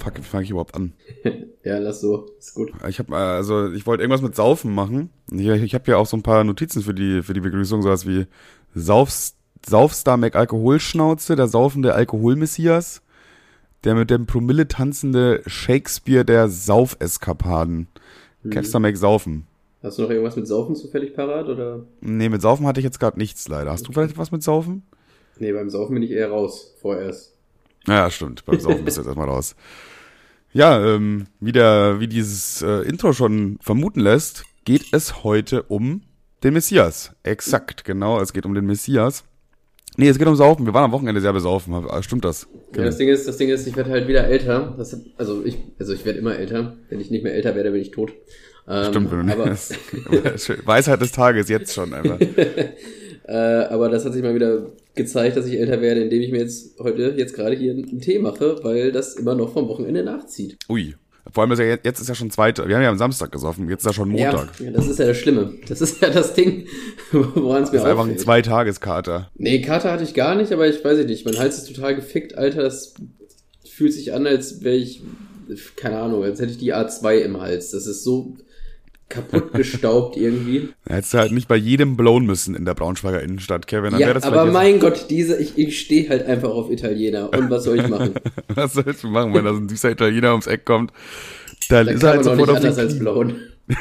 fuck, wie fange ich überhaupt an? Ja, lass so, ist gut. Ich wollte irgendwas mit Saufen machen. Ich habe ja auch so ein paar Notizen für die Begrüßung, sowas wie Saufstar McAlkoholschnauze, der saufende Alkoholmessias, der mit dem Promille tanzende Shakespeare der Saufeskapaden. Capstar McSaufen. Hast du noch irgendwas mit Saufen zufällig parat, oder? Nee, mit Saufen hatte ich jetzt gerade nichts, leider. Hast du vielleicht was mit Saufen? Nee, beim Saufen bin ich eher raus, vorerst. Ja, stimmt. Beim Saufen bist du jetzt erstmal raus. Ja, wie dieses Intro schon vermuten lässt, geht es heute um den Messias. Exakt, genau. Es geht um den Messias. Nee, es geht um Saufen. Wir waren am Wochenende sehr besaufen. Stimmt das? Ja, das Ding ist, ich werde halt wieder älter. Ich werde immer älter. Wenn ich nicht mehr älter werde, bin ich tot. Stimmt, wenn du nicht. Weisheit des Tages, jetzt schon einfach. Aber das hat sich mal wieder gezeigt, dass ich älter werde, indem ich mir jetzt gerade hier einen Tee mache, weil das immer noch vom Wochenende nachzieht. Ui. Vor allem ist jetzt ist ja schon zweite. Wir haben ja am Samstag gesoffen, jetzt ist ja schon Montag. Ja, das ist ja das Schlimme. Das ist ja das Ding, woran es mir auffällt. Das ist einfach ein 2-Tages-Kater. Nee, Kater hatte ich gar nicht, aber ich weiß nicht. Mein Hals ist total gefickt, Alter. Das fühlt sich an, als wäre ich, keine Ahnung, als hätte ich die A2 im Hals. Das ist so kaputt gestaubt irgendwie. Da hättest du halt nicht bei jedem blown müssen in der Braunschweiger Innenstadt, Kevin. Dann ja, das aber mein Gott, ich stehe halt einfach auf Italiener. Und was soll ich machen? Was sollst du machen, wenn da so ein süßer Italiener ums Eck kommt? Dann ist kann er halt man sofort doch auf nicht anders als blown.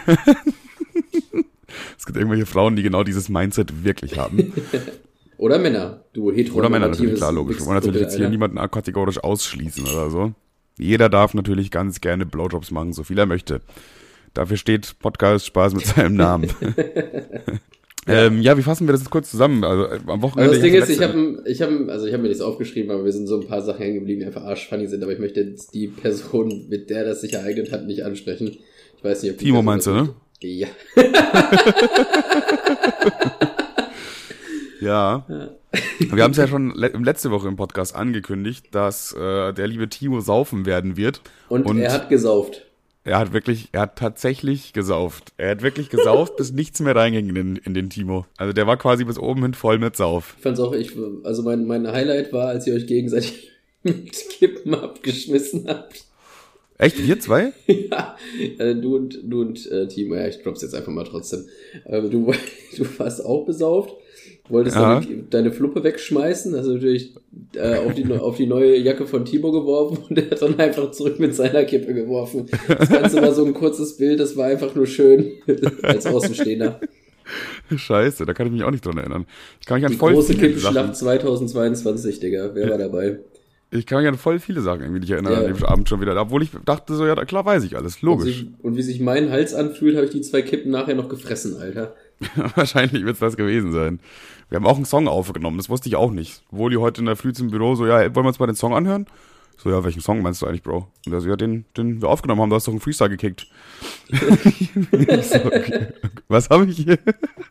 Es gibt irgendwelche Frauen, die genau dieses Mindset wirklich haben. Oder Männer. Du heteronormatives Oder Männer, natürlich, klar, logisch. Wir wollen natürlich jetzt hier niemanden kategorisch ausschließen oder so. Jeder darf natürlich ganz gerne Blowjobs machen, so viel er möchte. Dafür steht Podcast Spaß mit seinem Namen. Wie fassen wir das jetzt kurz zusammen? Also am Wochenende. Also das Ding ist, ich hab mir nichts aufgeschrieben, aber wir sind so ein paar Sachen hängen geblieben, die einfach arschfunny sind, aber ich möchte jetzt die Person, mit der das sich ereignet hat, nicht ansprechen. Ich weiß nicht, ob Timo meinst du, ne? Ja. Ja. Wir haben es ja schon letzte Woche im Podcast angekündigt, dass der liebe Timo saufen werden wird. Und er hat gesauft. Er hat tatsächlich gesauft. Er hat wirklich gesauft, bis nichts mehr reinging in den Timo. Also der war quasi bis oben hin voll mit Sauf. Ich fand's auch, mein Highlight war, als ihr euch gegenseitig mit Kippen abgeschmissen habt. Echt? Wir zwei? Ja, du und Timo, ja, ich drop's jetzt einfach mal trotzdem. Du warst auch besauft, wolltest deine Fluppe wegschmeißen, hast natürlich auf die neue Jacke von Timo geworfen und er hat dann einfach zurück mit seiner Kippe geworfen. Das Ganze war so ein kurzes Bild, das war einfach nur schön als Außenstehender. Scheiße, da kann ich mich auch nicht dran erinnern. Ich kann mich an die voll große viele Kippenschlacht 2022, Digga. Wer war dabei? Ich kann mich an voll viele Sachen irgendwie nicht erinnern an dem Abend schon wieder. Obwohl ich dachte so, ja, klar weiß ich alles, logisch. Und wie sich mein Hals anfühlt, habe ich die 2 Kippen nachher noch gefressen, Alter. Wahrscheinlich wird es das gewesen sein. Wir haben auch einen Song aufgenommen, das wusste ich auch nicht. Woli heute in der Früh zum Büro so, ja, wollen wir uns mal den Song anhören? So, ja, welchen Song meinst du eigentlich, Bro? Und er so, ja, den wir aufgenommen haben, du hast doch einen Freestyle gekickt. So, okay. Was habe ich hier?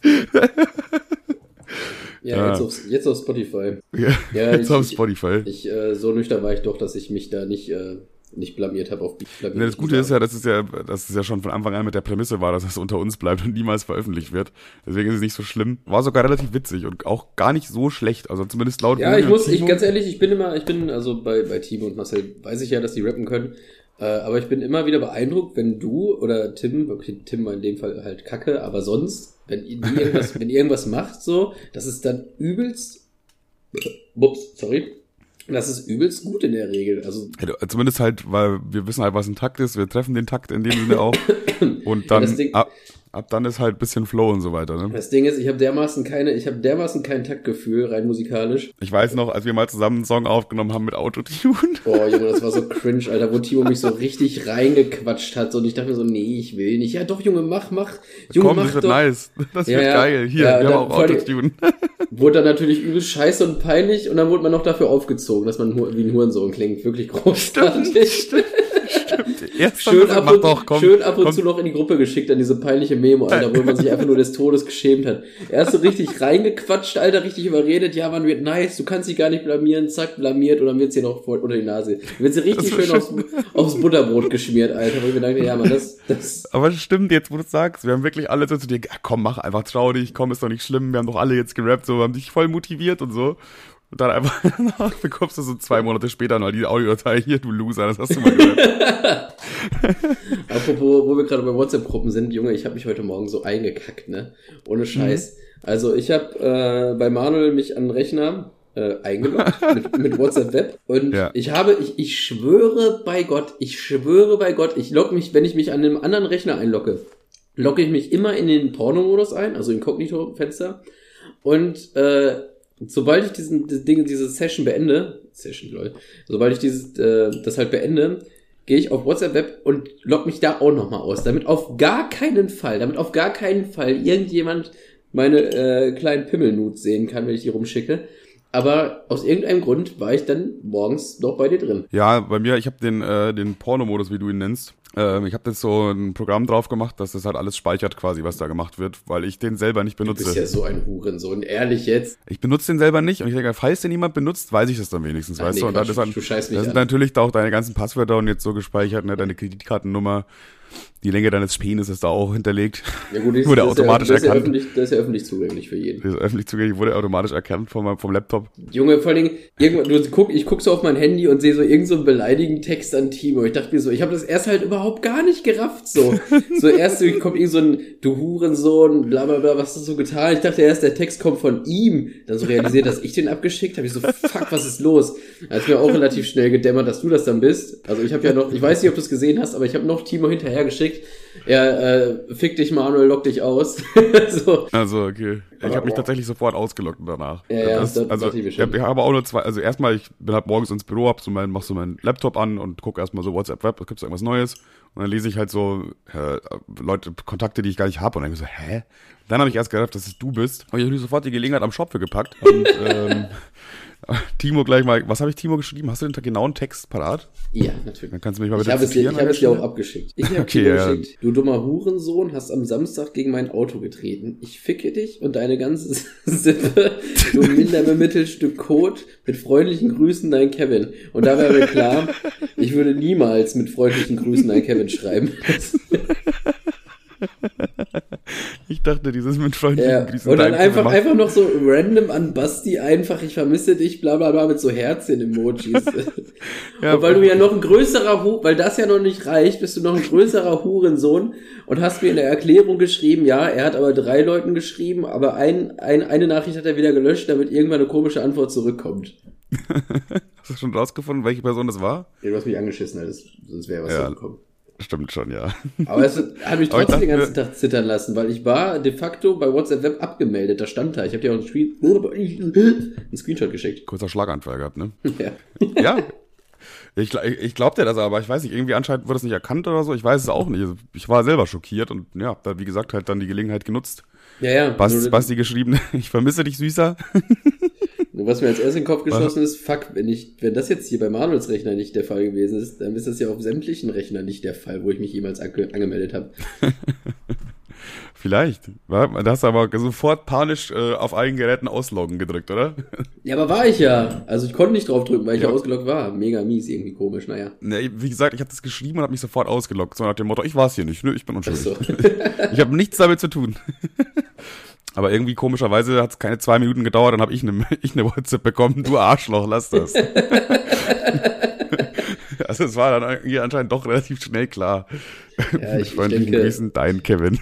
Ja, jetzt auf Spotify. Ja, jetzt auf Spotify. So nüchtern war ich doch, dass ich mich da nicht blamiert habe. Das Gute ist ja, dass es ja schon von Anfang an mit der Prämisse war, dass es unter uns bleibt und niemals veröffentlicht wird. Deswegen ist es nicht so schlimm. War sogar relativ witzig und auch gar nicht so schlecht. Also zumindest laut. Ja, ganz ehrlich, ich bin also bei Timo und Marcel weiß ich ja, dass die rappen können. Aber ich bin immer wieder beeindruckt, wenn du oder Tim, okay, Tim war in dem Fall halt Kacke, aber sonst, wenn irgendwas macht so, das ist dann übelst, das ist übelst gut in der Regel. Also ja, zumindest halt, weil wir wissen halt, was ein Takt ist, wir treffen den Takt in dem Sinne auch und dann ab dann ist halt ein bisschen Flow und so weiter, ne? Das Ding ist, ich habe dermaßen kein Taktgefühl, rein musikalisch. Ich weiß noch, als wir mal zusammen einen Song aufgenommen haben mit Autotune. Boah, Junge, das war so cringe, Alter, wo Timo mich so richtig reingequatscht hat. So, und ich dachte mir so, nee, ich will nicht. Ja doch, Junge, mach. Junge, komm, mach das wird doch. Nice. Das wird geil. Hier, wir haben auch Autotune. Wurde dann natürlich übel scheiße und peinlich und dann wurde man noch dafür aufgezogen, dass man wie ein Hurensohn klingt. Wirklich großartig. Stimmt. Schön ab und zu noch in die Gruppe geschickt an diese peinliche Memo, Alter, wo man sich einfach nur des Todes geschämt hat. Er ist so richtig reingequatscht, Alter, richtig überredet, ja, man wird nice, du kannst dich gar nicht blamieren, zack, blamiert und dann wird's hier noch voll unter die Nase. Dann wird's hier richtig schön aufs Butterbrot geschmiert, Alter, wo ich mir dachte, ja, man, das. Aber es stimmt jetzt, wo du sagst, wir haben wirklich alle so zu dir, komm, mach einfach, trau dich, komm, ist doch nicht schlimm, wir haben doch alle jetzt gerappt, so, wir haben dich voll motiviert und so. Und dann einfach bekommst du so 2 Monate später noch die Audiodatei, hier, du Loser, das hast du mal gehört. Apropos, wo wir gerade bei WhatsApp-Gruppen sind, Junge, ich habe mich heute Morgen so eingekackt, ne? Ohne Scheiß. Also ich habe bei Manuel mich an den Rechner eingeloggt mit WhatsApp Web und ich schwöre bei Gott, ich logge mich, wenn ich mich an einem anderen Rechner einlogge, logge ich mich immer in den Porno-Modus ein, also Inkognito-Fenster und sobald ich diese Session beende, sobald ich das halt beende, gehe ich auf WhatsApp Web und logge mich da auch nochmal aus, damit auf gar keinen Fall irgendjemand meine kleinen Pimmel-Nudes sehen kann, wenn ich die rumschicke. Aber aus irgendeinem Grund war ich dann morgens noch bei dir drin. Ja, bei mir, ich habe den Porno-Modus, wie du ihn nennst. Ich habe jetzt so ein Programm drauf gemacht, dass das halt alles speichert quasi, was da gemacht wird, weil ich den selber nicht benutze. Du bist ja so ein Hurensohn, ehrlich jetzt. Ich benutze den selber nicht und ich denke, falls den jemand benutzt, weiß ich das dann wenigstens, weißt du? Und dann sind natürlich da auch deine ganzen Passwörter und jetzt so gespeichert, ne, deine Kreditkartennummer. Die Länge deines Penis ist da auch hinterlegt. Ja gut, das ist ja öffentlich zugänglich für jeden. Das ist öffentlich zugänglich, wurde automatisch erkannt vom Laptop. Junge, vor allen Dingen, ich guck so auf mein Handy und sehe so irgend so einen beleidigenden Text an Timo. Ich dachte mir so, ich habe das erst halt überhaupt gar nicht gerafft, so. So erst kommt irgend so ein, du Hurensohn, bla bla bla, was hast du so getan? Ich dachte erst, der Text kommt von ihm. Dann so realisiert, dass ich den abgeschickt habe. Ich so, fuck, was ist los? Da ist mir auch relativ schnell gedämmert, dass du das dann bist. Also ich habe ja noch, ich weiß nicht, ob du es gesehen hast, aber ich habe noch Timo hinterher geschickt. Ja, fick dich, Manuel, log dich aus. So. Also, okay. Ich habe mich tatsächlich sofort ausgeloggt danach. Ja, ich habe auch nur 2, also erstmal, ich bin halt morgens ins Büro, mach so meinen Laptop an und gucke erstmal so WhatsApp Web, gibt's irgendwas Neues? Und dann lese ich halt so Leute, Kontakte, die ich gar nicht habe und dann so, hä? Dann habe ich erst gedacht, dass es du bist. Und ich habe sofort die Gelegenheit am Shop für gepackt. Und Timo gleich mal, was habe ich Timo geschrieben? Hast du den genauen Text parat? Ja, natürlich. Dann kannst du mich mal bitte zitieren. Ich habe es dir auch abgeschickt. Ich habe okay, geschickt, du dummer Hurensohn, hast am Samstag gegen mein Auto getreten. Ich ficke dich und deine ganze Sippe, du Minderbemittelstück Kot, mit freundlichen Grüßen, dein Kevin. Und da wäre mir klar, ich würde niemals mit freundlichen Grüßen dein Kevin schreiben. Ich dachte, dieses mit freundlichen Grüßen. Und dann einfach noch so random an Basti einfach, ich vermisse dich, bla bla bla, mit so Herzchen-Emojis. Ja, und weil du ja noch ein größerer weil das ja noch nicht reicht, bist du noch ein größerer Hurensohn und hast mir in der Erklärung geschrieben, ja, er hat aber 3 Leuten geschrieben, aber eine Nachricht hat er wieder gelöscht, damit irgendwann eine komische Antwort zurückkommt. Hast du schon rausgefunden, welche Person das war? Ja, du hast mich angeschissen, sonst wäre was zurückgekommen. Stimmt schon, ja. Aber es hat mich trotzdem den ganzen Tag zittern lassen, weil ich war de facto bei WhatsApp Web abgemeldet, da stand da. Ich habe dir auch einen Screenshot geschickt. Kurzer Schlaganfall gehabt, ne? Ja. Ja. Ich glaub dir das aber, ich weiß nicht, irgendwie anscheinend wurde das nicht erkannt oder so, ich weiß es auch nicht. Ich war selber schockiert und ja, da wie gesagt halt dann die Gelegenheit genutzt. Ja. Basti geschrieben, ich vermisse dich, Süßer. Was mir als erstes in den Kopf geschossen ist, fuck, wenn das jetzt hier bei Manuels Rechner nicht der Fall gewesen ist, dann ist das ja auf sämtlichen Rechnern nicht der Fall, wo ich mich jemals angemeldet habe. Vielleicht. Da hast du aber sofort panisch auf allen Geräten ausloggen gedrückt, oder? Ja, aber war ich ja. Also ich konnte nicht drauf drücken, weil ich ja ausgeloggt war. Mega mies, irgendwie komisch, naja. Nee, wie gesagt, ich habe das geschrieben und habe mich sofort ausgeloggt. So nach dem Motto, ich war's hier nicht, ich bin unschuldig. So. Ich habe nichts damit zu tun. Aber irgendwie komischerweise hat es keine 2 Minuten gedauert, dann habe ich eine WhatsApp bekommen, du Arschloch, lass das. Also es war dann irgendwie anscheinend doch relativ schnell klar. Ja, ich denke, Grüßen, dein Kevin.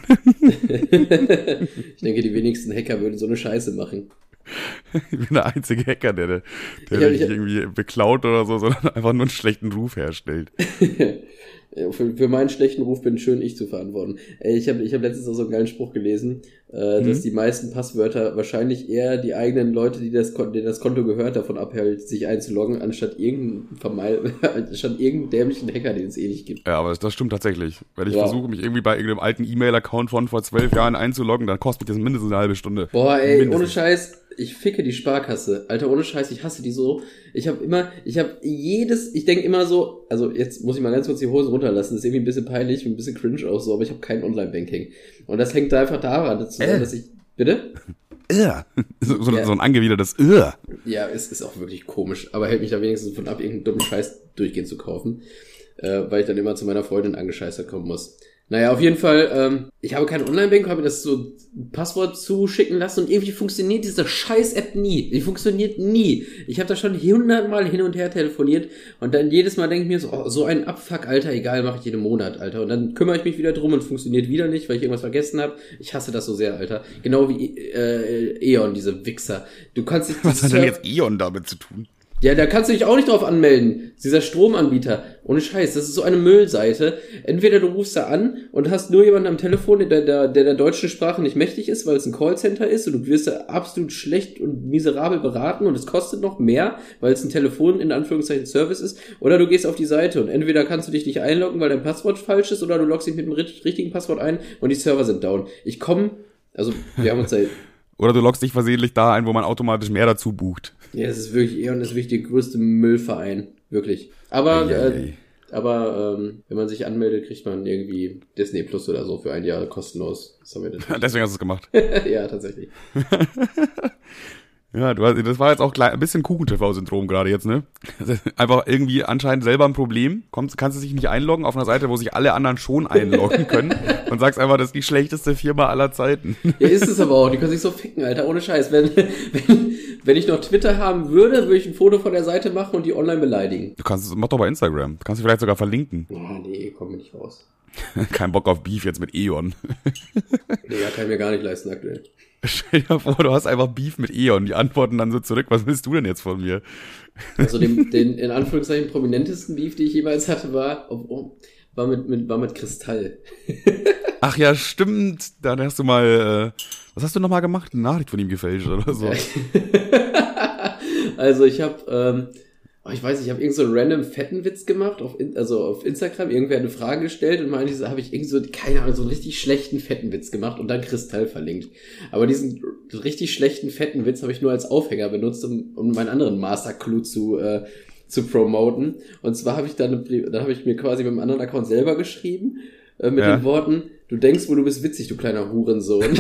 Ich denke, die wenigsten Hacker würden so eine Scheiße machen. Ich bin der einzige Hacker, der nicht irgendwie beklaut oder so, sondern einfach nur einen schlechten Ruf herstellt. Für meinen schlechten Ruf bin schön ich zu verantworten. Ich hab letztens auch so einen geilen Spruch gelesen, dass die meisten Passwörter wahrscheinlich eher die eigenen Leute, denen das Konto gehört, davon abhält, sich einzuloggen, anstatt irgendeinen dämlichen Hacker, den es eh nicht gibt. Ja, aber das stimmt tatsächlich. Wenn ich versuche, mich irgendwie bei irgendeinem alten E-Mail-Account von vor 12 Jahren einzuloggen, dann kostet mich das mindestens eine halbe Stunde. Boah, ey, ohne Scheiß, ich ficke die Sparkasse. Alter, ohne Scheiß, ich hasse die so. Ich denke immer so, also jetzt muss ich mal ganz kurz die Hose runterlassen, das ist irgendwie ein bisschen peinlich, ein bisschen cringe auch so, aber ich habe kein Online-Banking. Und das hängt da einfach daran, dass ich, bitte? So ein angewidertes Ja, es ist auch wirklich komisch, aber hält mich da wenigstens von ab, irgendeinen dummen Scheiß durchgehend zu kaufen, weil ich dann immer zu meiner Freundin angescheißert kommen muss. Naja, auf jeden Fall, ich habe kein Online-Bank, habe mir das so ein Passwort zuschicken lassen und irgendwie funktioniert diese Scheiß-App nie. Die funktioniert nie. Ich habe da schon 100-mal hin und her telefoniert und dann jedes Mal denke ich mir so, oh, so ein Abfuck, Alter, egal, mache ich jeden Monat, Alter. Und dann kümmere ich mich wieder drum und funktioniert wieder nicht, weil ich irgendwas vergessen habe. Ich hasse das so sehr, Alter. Genau wie E.ON, diese Wichser. Du kannst nicht... Was hat denn jetzt E.ON damit zu tun? Ja, da kannst du dich auch nicht drauf anmelden. Dieser Stromanbieter. Ohne Scheiß, das ist so eine Müllseite. Entweder du rufst da an und hast nur jemanden am Telefon, der der deutschen Sprache nicht mächtig ist, weil es ein Callcenter ist und du wirst da absolut schlecht und miserabel beraten und es kostet noch mehr, weil es ein Telefon in Anführungszeichen Service ist. Oder du gehst auf die Seite und entweder kannst du dich nicht einloggen, weil dein Passwort falsch ist, oder du loggst dich mit dem richtigen Passwort ein und die Server sind down. Wir haben uns da... Oder du loggst dich versehentlich da ein, wo man automatisch mehr dazu bucht. Ja, das ist wirklich E.ON ist wirklich der größte Müllverein. Wirklich. Aber wenn man sich anmeldet, kriegt man irgendwie Disney Plus oder so für ein Jahr kostenlos. Das haben wir Deswegen hast du es gemacht. Ja, tatsächlich. Ja, das war jetzt auch ein bisschen Kuchen-TV-Syndrom gerade jetzt, ne? Einfach irgendwie anscheinend selber ein Problem. Kannst du dich nicht einloggen auf einer Seite, wo sich alle anderen schon einloggen können und sagst einfach, das ist die schlechteste Firma aller Zeiten. Ja, ist es aber auch. Die können sich so ficken, Alter, ohne Scheiß. Wenn ich noch Twitter haben würde ich ein Foto von der Seite machen und die online beleidigen. Mach doch bei Instagram. Du kannst sie vielleicht sogar verlinken. Ja, nee, komm mir nicht raus. Kein Bock auf Beef jetzt mit E.ON. Nee, ja, kann ich mir gar nicht leisten aktuell. Stell dir vor, du hast einfach Beef mit E.ON. Die antworten dann so zurück, was willst du denn jetzt von mir? Also den in Anführungszeichen prominentesten Beef, die ich jemals hatte, war mit Kristall. Ach ja, stimmt. Dann hast du mal, was hast du nochmal gemacht? Eine Nachricht von ihm gefälscht oder so. Also ich habe, ich weiß nicht, ich habe irgend so einen random fetten Witz gemacht auf Instagram. Irgendwer hat eine Frage gestellt und meinte, habe ich irgend so, keine Ahnung, so einen richtig schlechten fetten Witz gemacht und dann Kristall verlinkt. Aber diesen richtig schlechten fetten Witz habe ich nur als Aufhänger benutzt, um meinen anderen Master-Clue zu promoten. Und zwar habe ich dann habe ich mir quasi mit einem anderen Account selber geschrieben, mit den Worten, du denkst wohl, du bist witzig, du kleiner Hurensohn.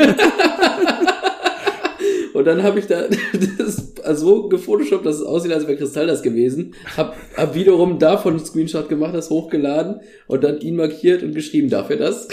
Und dann habe ich da das so gefotoshoppt, dass es aussieht, als wäre Kristall das gewesen. Hab wiederum davon einen Screenshot gemacht, das hochgeladen und dann ihn markiert und geschrieben, darf er das?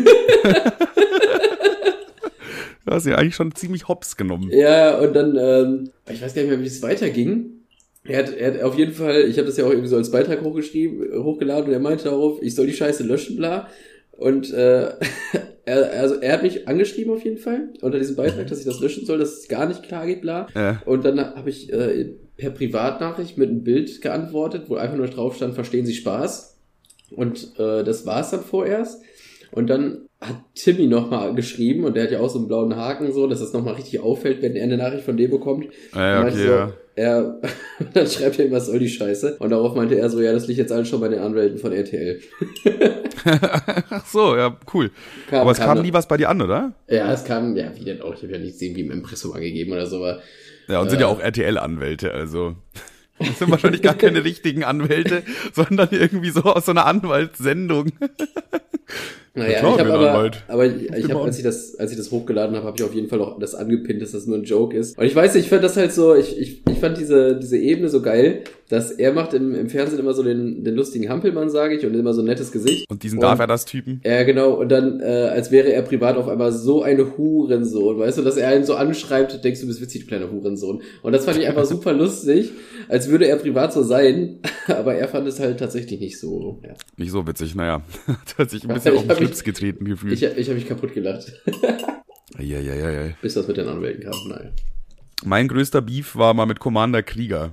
Du hast ihn eigentlich schon ziemlich hops genommen. Ja, und dann, ich weiß gar nicht mehr, wie es weiterging. Er hat auf jeden Fall, ich habe das ja auch irgendwie so als Beitrag hochgeladen und er meinte darauf, ich soll die Scheiße löschen, bla. Und er hat mich angeschrieben auf jeden Fall unter diesem Beitrag, dass ich das löschen soll, dass es gar nicht klar geht, bla. Ja. Und dann habe ich per Privatnachricht mit einem Bild geantwortet, wo einfach nur drauf stand, verstehen Sie Spaß? Und das war's dann vorerst. Und dann hat Timmy nochmal geschrieben und der hat ja auch so einen blauen Haken so, dass das nochmal richtig auffällt, wenn er eine Nachricht von dem bekommt. Ja, okay, so, dann schreibt er ihm, was soll die Scheiße? Und darauf meinte er so, ja, das liegt jetzt alles schon bei den Anwälten von RTL. Ach so, ja, cool. Aber es kam nie was bei dir an, oder? Ja, es kam, ja, wie denn auch, ich habe ja nichts irgendwie im Impressum angegeben oder so, aber... Ja, und sind ja auch RTL-Anwälte, also... Das sind wahrscheinlich gar keine richtigen Anwälte, sondern irgendwie so aus so einer Anwaltssendung. Naja, klar, ich habe, als ich das hochgeladen habe ich auf jeden Fall auch das angepinnt, dass das nur ein Joke ist. Und ich weiß nicht, ich fand das halt so, ich fand diese Ebene so geil, dass er macht im Fernsehen immer so den lustigen Hampelmann, sage ich, und immer so ein nettes Gesicht. Und diesen darf er das Typen? Ja, genau. Und dann, als wäre er privat auf einmal so eine Hurensohn, weißt du, dass er einen so anschreibt, denkst du bist witzig, du kleiner Hurensohn. Und das fand ich einfach super lustig, als würde er privat so sein, aber er fand es halt tatsächlich nicht so. Ja. Nicht so witzig, naja. Das hat sich ein bisschen auf den Schlips getreten gefühlt. Ich habe mich kaputt gelacht. Ja. Bis das mit den Anwälten kam, naja. Mein größter Beef war mal mit Commander Krieger.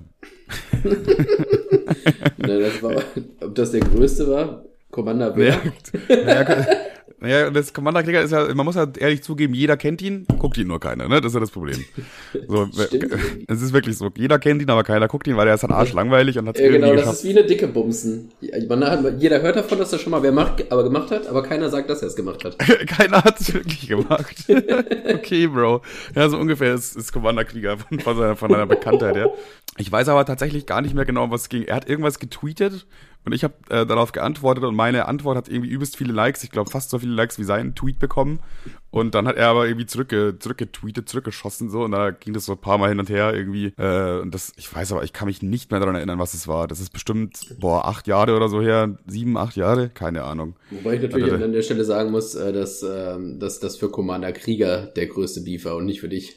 Ob das der größte war? Commander wer? Naja, das Commander Krieger ist ja, man muss ja ehrlich zugeben, jeder kennt ihn, guckt ihn nur keiner, ne? Das ist ja das Problem. So, es ist wirklich so, jeder kennt ihn, aber keiner guckt ihn, weil er ist ein Arsch langweilig und hat es irgendwie geschafft. Das ist wie eine dicke Bumsen. Jeder hört davon, dass er schon mal gemacht hat, aber keiner sagt, dass er es gemacht hat. Keiner hat es wirklich gemacht. Okay, Bro. Ja, so ungefähr ist Commander Krieger von seiner Bekanntheit, ja. Ich weiß aber tatsächlich gar nicht mehr genau, was es ging. Er hat irgendwas getweetet und ich habe darauf geantwortet und meine Antwort hat irgendwie übelst viele Likes. Ich glaube, fast so viele Likes wie sein Tweet bekommen. Und dann hat er aber irgendwie zurückgetweetet, zurückgeschossen so und da ging das so ein paar Mal hin und her irgendwie. Und das, ich weiß aber, ich kann mich nicht mehr daran erinnern, was es war. Das ist bestimmt, 8 Jahre oder so her, 7, 8 Jahre, keine Ahnung. Wobei ich natürlich an der Stelle sagen muss, dass das für Commander Krieger der größte Beef war und nicht für dich.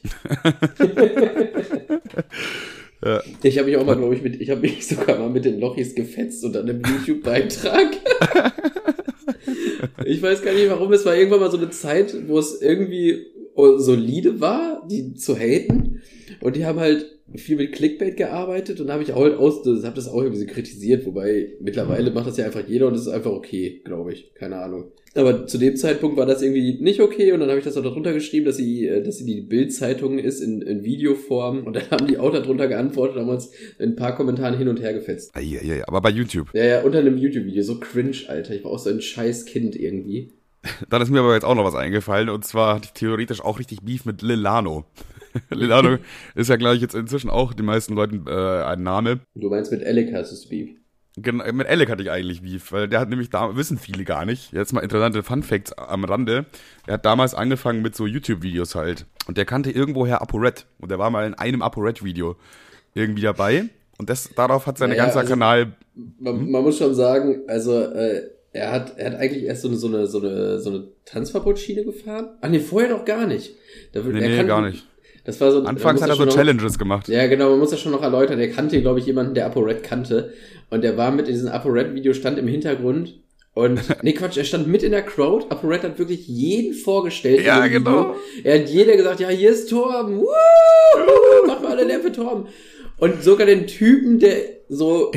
Ja. Ich habe mich auch mal, glaube ich, ich habe mich sogar mal mit den Lochis gefetzt unter einem YouTube-Beitrag. Ich weiß gar nicht warum, es war irgendwann mal so eine Zeit, wo es irgendwie solide war, die zu haten. Und die haben halt viel mit Clickbait gearbeitet und habe ich auch halt habe das auch ein bisschen kritisiert, wobei mittlerweile macht das ja einfach jeder und es ist einfach okay, glaube ich. Keine Ahnung. Aber zu dem Zeitpunkt war das irgendwie nicht okay und dann habe ich das auch darunter geschrieben, dass sie die Bild-Zeitung ist in Videoform und dann haben die auch darunter geantwortet, haben uns in ein paar Kommentaren hin und her gefetzt. Ja, aber bei YouTube. Ja, unter einem YouTube-Video, so cringe, Alter. Ich war auch so ein scheiß Kind irgendwie. Dann ist mir aber jetzt auch noch was eingefallen und zwar hatte ich theoretisch auch richtig Beef mit Lil Lano. Lil Lano ist ja, glaube ich, jetzt inzwischen auch den meisten Leuten ein Name. Du meinst mit Alec hast du Beef? Genau, mit Alec hatte ich eigentlich Beef, weil der hat nämlich wissen viele gar nicht. Jetzt mal interessante Funfacts am Rande. Er hat damals angefangen mit so YouTube-Videos halt. Und der kannte irgendwoher ApoRed. Und der war mal in einem ApoRed-Video irgendwie dabei. Und darauf hat sein ganzer Kanal... Man muss schon sagen, also er hat eigentlich erst so eine Tanzverbotsschiene gefahren. Ach nee, vorher noch gar nicht. Gar nicht. Das war so, anfangs hat er so Challenges gemacht. Ja, genau, man muss das schon noch erläutern. Der kannte, glaube ich, jemanden, der ApoRed kannte. Und der war mit in diesem ApoRed-Video, stand im Hintergrund. Und, nee, Quatsch, er stand mit in der Crowd. ApoRed hat wirklich jeden vorgestellt. Ja, genau. Er hat jeder gesagt, ja, hier ist Torben. Mach mal alle Lärm für Torben. Und sogar den Typen, der so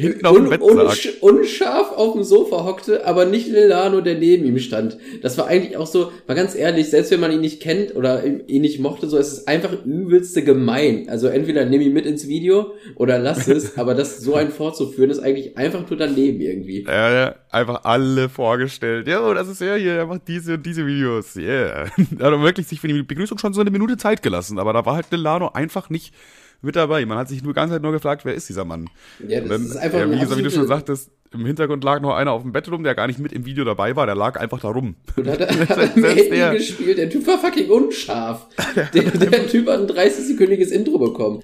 unscharf auf dem Sofa hockte, aber nicht Lil Lano, der neben ihm stand. Das war eigentlich auch so, mal ganz ehrlich, selbst wenn man ihn nicht kennt oder ihn nicht mochte, so, es ist einfach übelste gemein. Also entweder nimm ihn mit ins Video oder lass es, aber das so einen vorzuführen, ist eigentlich einfach nur daneben irgendwie. Ja, einfach alle vorgestellt. Ja, das ist ja hier, einfach diese und diese Videos. Yeah. Er hat wirklich sich für die Begrüßung schon so eine Minute Zeit gelassen, aber da war halt Lil Lano einfach nicht mit dabei. Man hat sich die ganze Zeit nur gefragt, wer ist dieser Mann? Ja, das ist einfach wie du schon sagtest, im Hintergrund lag noch einer auf dem Bett rum, der gar nicht mit im Video dabei war, der lag einfach da rum. Und hat er gespielt, der Typ war fucking unscharf. Der Typ hat ein 30-sekündiges Intro bekommen.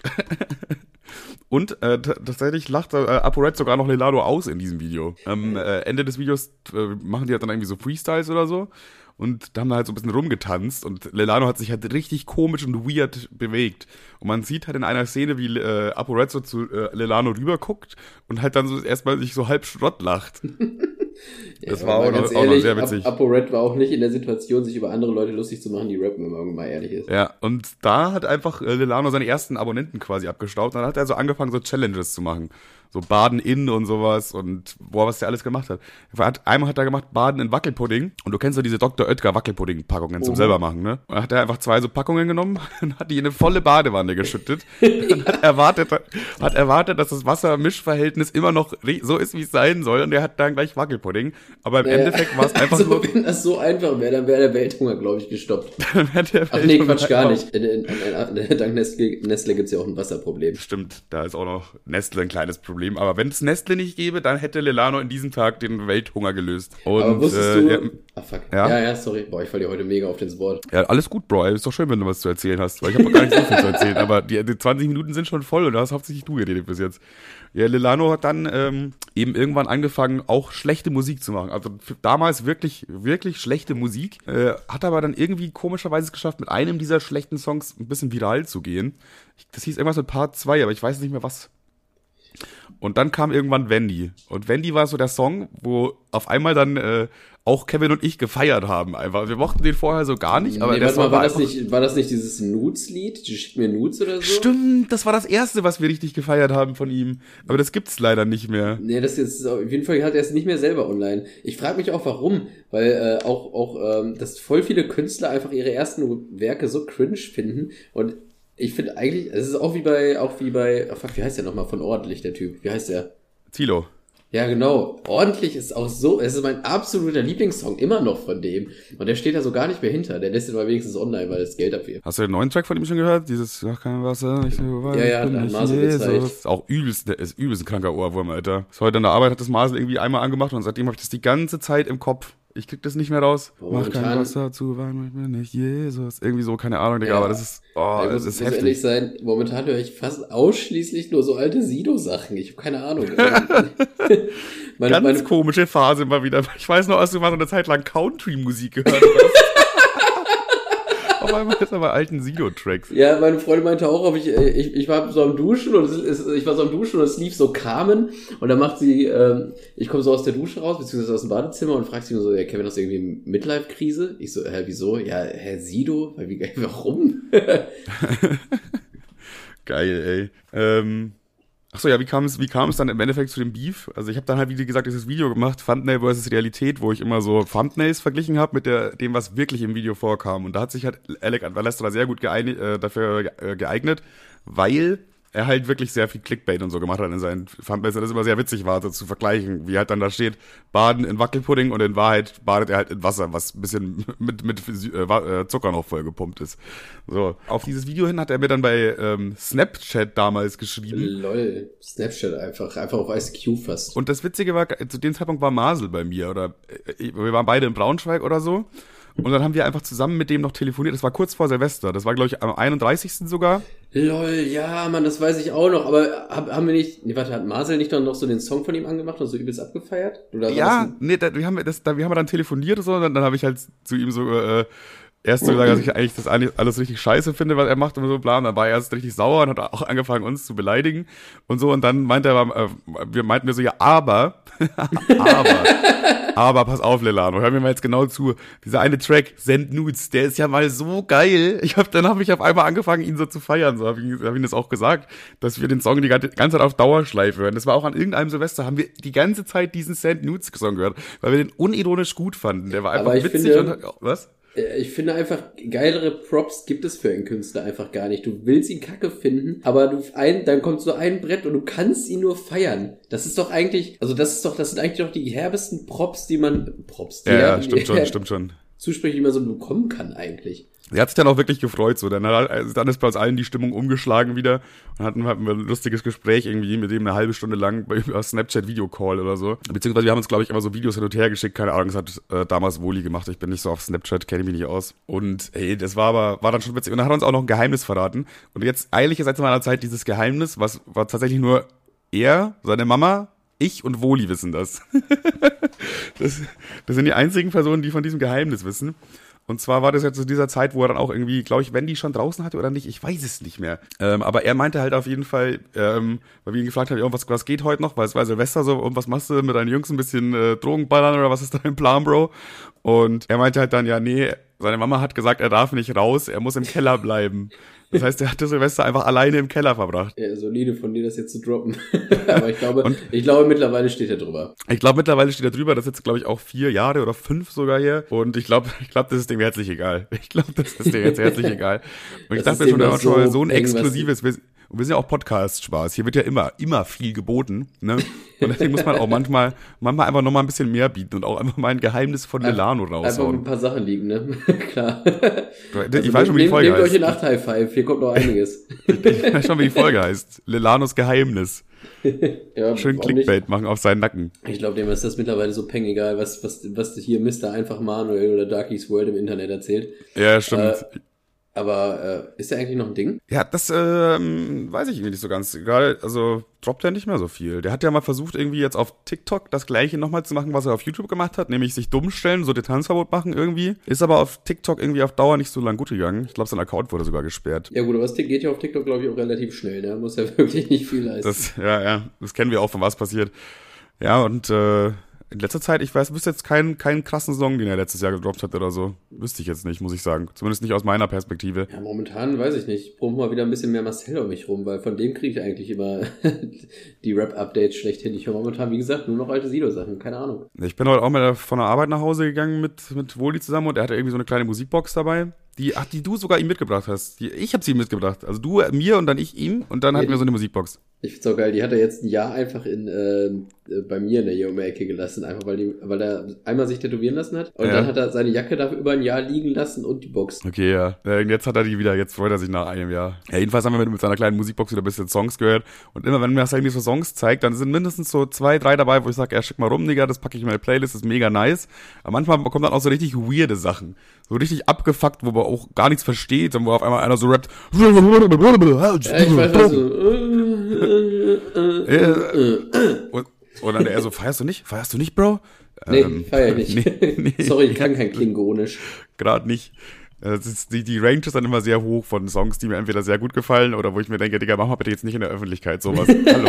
Und tatsächlich lacht ApoRed sogar noch Lil Lano aus in diesem Video. Am Ende des Videos machen die halt dann irgendwie so Freestyles oder so. Und da haben wir halt so ein bisschen rumgetanzt und Lil Lano hat sich halt richtig komisch und weird bewegt. Und man sieht halt in einer Szene, wie ApoRed so zu Lil Lano rüberguckt und halt dann so erstmal sich so halb Schrott lacht. Das ja, war auch noch sehr witzig. ApoRed war auch nicht in der Situation, sich über andere Leute lustig zu machen, die rappen, wenn man mal ehrlich ist. Ja, und da hat einfach Lil Lano seine ersten Abonnenten quasi abgestaubt. Und dann hat er so angefangen, so Challenges zu machen. So Baden in und sowas und was der alles gemacht hat. Einmal hat er gemacht Baden in Wackelpudding und du kennst ja diese Dr. Oetker Wackelpudding-Packungen zum selber machen, ne? Und dann hat er einfach 2 so Packungen genommen und hat die in eine volle Badewanne geschüttet und hat erwartet, dass das Wassermischverhältnis immer noch so ist, wie es sein soll und er hat dann gleich Wackelpudding. Aber im Endeffekt war es einfach also, nur... Wenn das so einfach wäre, dann wäre der Welthunger, glaube ich, gestoppt. Ach nee, Quatsch, gar nicht. Dank Nestle gibt's ja auch ein Wasserproblem. Stimmt, da ist auch noch Nestle ein kleines Problem. Aber wenn es Nestle nicht gäbe, dann hätte Lil Lano in diesem Tag den Welthunger gelöst. Und, aber wusstest du... fuck. Ja, sorry. Boah, ich falle dir heute mega auf das Wort. Ja, alles gut, Bro. Ist doch schön, wenn du was zu erzählen hast. Weil ich habe gar nicht so viel zu erzählen. Aber die 20 Minuten sind schon voll und da hast hauptsächlich du geredet bis jetzt. Ja, Lil Lano hat dann eben irgendwann angefangen, auch schlechte Musik zu machen. Also damals wirklich, wirklich schlechte Musik. Hat aber dann irgendwie komischerweise es geschafft, mit einem dieser schlechten Songs ein bisschen viral zu gehen. Das hieß irgendwas mit Part 2, aber ich weiß nicht mehr was. Und dann kam irgendwann Wendy. Und Wendy war so der Song, wo auf einmal dann auch Kevin und ich gefeiert haben einfach. Wir mochten den vorher so gar nicht, aber war das nicht dieses Nudes-Lied? Du schickst mir Nudes oder so? Stimmt, das war das erste, was wir richtig gefeiert haben von ihm. Aber das gibt's leider nicht mehr. Nee, das ist auf jeden Fall hat er es nicht mehr selber online. Ich frage mich auch, warum. Weil dass voll viele Künstler einfach ihre ersten Werke so cringe finden und ich finde eigentlich, es ist auch wie bei, wie heißt der nochmal von ordentlich, der Typ? Wie heißt der? Zilo. Ja, genau. Ordentlich ist auch so, es ist mein absoluter Lieblingssong immer noch von dem. Und der steht da so gar nicht mehr hinter. Der lässt ihn mal wenigstens online, weil das Geld abwirft. Hast du den neuen Track von ihm schon gehört? Dieses, ach, kein Wasser, nicht so weit. Ja, da hat Marcel gezeigt. Ist auch übelst ein kranker Ohrwurm, Alter. Ist heute an der Arbeit, hat das Marcel irgendwie einmal angemacht und seitdem habe ich das die ganze Zeit im Kopf. Ich krieg das nicht mehr raus. Mach kein Wasser zu weinen, ich bin nicht Jesus. Irgendwie so, keine Ahnung, Digga, aber das ist, das ist heftig. Ehrlich sein, momentan höre ich fast ausschließlich nur so alte Sido-Sachen. Ich habe keine Ahnung. Ganz komische Phase mal wieder. Ich weiß noch, als du mal so eine Zeit lang Country-Musik gehört hast. Auf einmal ist aber alten Sido-Tracks. Ja, meine Freundin meinte auch, ich war so am Duschen und es lief so Carmen und dann macht sie, ich komme so aus der Dusche raus, beziehungsweise aus dem Badezimmer und fragt sie nur so, ja, Kevin, hast du irgendwie Midlife-Krise? Ich so, wieso? Ja, Sido? Warum? Geil, ey. Achso, ja, wie kam es dann im Endeffekt zu dem Beef? Also ich habe dann halt, wie gesagt, dieses Video gemacht, Thumbnail versus Realität, wo ich immer so Thumbnails verglichen habe mit dem, was wirklich im Video vorkam. Und da hat sich halt Alec Valestra sehr gut dafür geeignet, weil er halt wirklich sehr viel Clickbait und so gemacht hat in seinen Thumbnails, und das immer sehr witzig war, so zu vergleichen, wie halt dann da steht, baden in Wackelpudding und in Wahrheit badet er halt in Wasser, was ein bisschen mit Zucker noch voll gepumpt ist. So, auf dieses Video hin hat er mir dann bei Snapchat damals geschrieben. Lol, Snapchat einfach auf ICQ fast. Und das Witzige war, zu dem Zeitpunkt war Marcel bei mir, oder wir waren beide in Braunschweig oder so. Und dann haben wir einfach zusammen mit dem noch telefoniert. Das war kurz vor Silvester. Das war, glaube ich, am 31. sogar. Lol, ja, Mann, das weiß ich auch noch. Aber haben wir nicht... Nee, warte, hat Marcel nicht dann noch so den Song von ihm angemacht und so übelst abgefeiert? Oder ja, nee, wir haben dann telefoniert und so. Und dann habe ich halt zu ihm so... erst so gesagt, dass ich eigentlich das alles richtig scheiße finde, was er macht und so, bla. Und dann war er erst richtig sauer und hat auch angefangen, uns zu beleidigen und so. Und dann meinten wir so, ja, aber pass auf, Lelano, hör mir mal jetzt genau zu. Dieser eine Track, Send Nudes, der ist ja mal so geil. Dann habe ich auf einmal angefangen, ihn so zu feiern. So hab ich ihm das auch gesagt, dass wir den Song die ganze Zeit auf Dauerschleife hören. Das war auch an irgendeinem Silvester, haben wir die ganze Zeit diesen Send Nudes Song gehört, weil wir den unironisch gut fanden. Der war einfach witzig was? Ich finde einfach, geilere Props gibt es für einen Künstler einfach gar nicht. Du willst ihn kacke finden, aber dann kommt so ein Brett und du kannst ihn nur feiern. Das ist doch eigentlich, das sind eigentlich doch die herbesten Props, stimmt schon. Zusprüche, die man so bekommen kann eigentlich. Er hat sich dann auch wirklich gefreut, so. Dann ist bei uns allen die Stimmung umgeschlagen wieder. Und hatten wir ein lustiges Gespräch irgendwie mit dem eine halbe Stunde lang über Snapchat-Videocall oder so. Beziehungsweise wir haben uns, glaube ich, immer so Videos hin und her geschickt. Keine Ahnung, das hat damals Woli gemacht. Ich bin nicht so auf Snapchat, kenne mich nicht aus. Und ey, das war dann schon witzig. Und dann hat er uns auch noch ein Geheimnis verraten. Und jetzt eilig ist seit meiner Zeit dieses Geheimnis, war tatsächlich nur er, seine Mama, ich und Woli wissen das. Das sind die einzigen Personen, die von diesem Geheimnis wissen. Und zwar war das jetzt zu dieser Zeit, wo er dann auch irgendwie, glaube ich, Wendy schon draußen hatte oder nicht, ich weiß es nicht mehr. Aber er meinte halt auf jeden Fall, weil wir ihn gefragt haben, was geht heute noch, weil es war Silvester so, und was machst du mit deinen Jungs, ein bisschen Drogen ballern oder was ist dein Plan, Bro? Und er meinte halt dann, ja, nee, seine Mama hat gesagt, er darf nicht raus, er muss im Keller bleiben. Das heißt, er hat das Silvester einfach alleine im Keller verbracht. Ja, solide von dir, das jetzt zu droppen. Aber ich glaube, mittlerweile steht er drüber. Ich glaube, mittlerweile steht er drüber. Das ist jetzt, glaube ich, auch 4 Jahre oder 5 sogar hier. Und ich glaube, das ist dem herzlich egal. Und ich dachte mir schon, der hat schon mal so ein exklusives... Und wir sind ja auch Podcast-Spaß. Hier wird ja immer viel geboten, ne? Und deswegen muss man auch manchmal einfach noch mal ein bisschen mehr bieten und auch einfach mal ein Geheimnis von Lelano raushauen. Einfach ein paar Sachen liegen, ne? Klar. Ich weiß schon, wie die Folge heißt. Nehmt euch in 8 High Five, hier kommt noch einiges. Ich weiß schon, wie die Folge heißt. Lelanos Geheimnis. Ja, schön Clickbait machen auf seinen Nacken. Ich glaube, dem ist das mittlerweile so pengegal, was hier Mr. Einfach Manuel oder Darkies World im Internet erzählt. Ja, stimmt. Aber ist der eigentlich noch ein Ding? Ja, das weiß ich irgendwie nicht so ganz. Egal, also droppt er nicht mehr so viel. Der hat ja mal versucht, irgendwie jetzt auf TikTok das Gleiche nochmal zu machen, was er auf YouTube gemacht hat, nämlich sich dumm stellen, so Tanzverbot machen irgendwie. Ist aber auf TikTok irgendwie auf Dauer nicht so lang gut gegangen. Ich glaube, sein Account wurde sogar gesperrt. Ja gut, aber es geht ja auf TikTok, glaube ich, auch relativ schnell, ne? Muss ja wirklich nicht viel leisten. Das kennen wir auch, von was passiert. Ja, und in letzter Zeit, ich wüsste jetzt keinen krassen Song, den er letztes Jahr gedroppt hat oder so. Wüsste ich jetzt nicht, muss ich sagen. Zumindest nicht aus meiner Perspektive. Ja, momentan weiß ich nicht. Ich brauche mal wieder ein bisschen mehr Marcel um mich rum, weil von dem kriege ich eigentlich immer die Rap-Updates schlechthin. Ich höre momentan, wie gesagt, nur noch alte Sido-Sachen. Keine Ahnung. Ich bin heute auch mal von der Arbeit nach Hause gegangen mit Woli zusammen und er hatte irgendwie so eine kleine Musikbox dabei. Die du sogar ihm mitgebracht hast. Ich habe sie ihm mitgebracht. Also du mir und dann ich ihm und dann hatten wir so eine Musikbox. Ich find's auch geil, die hat er jetzt ein Jahr einfach bei mir in der Ecke gelassen, einfach weil er einmal sich tätowieren lassen hat und dann hat er seine Jacke dafür über ein Jahr liegen lassen und die Box. Okay, ja. Jetzt hat er die wieder, jetzt freut er sich nach einem Jahr. Ja, jedenfalls haben wir mit seiner kleinen Musikbox wieder ein bisschen Songs gehört und immer, wenn mir das irgendwie so Songs zeigt, dann sind mindestens so 2, 3 dabei, wo ich sage, schick mal rum, Digga, das packe ich in meine Playlist, das ist mega nice. Aber manchmal kommen dann auch so richtig weirde Sachen. So richtig abgefuckt, wo man auch gar nichts versteht und wo auf einmal einer so rappt. Ja, ich weiß was und dann er so, feierst du nicht, Bro? Nee, feier ich nicht. Nee. Sorry, ich kann kein Klingonisch. Gerade nicht. Die Range ist dann immer sehr hoch von Songs, die mir entweder sehr gut gefallen oder wo ich mir denke, Digga, mach mal bitte jetzt nicht in der Öffentlichkeit sowas. Hallo.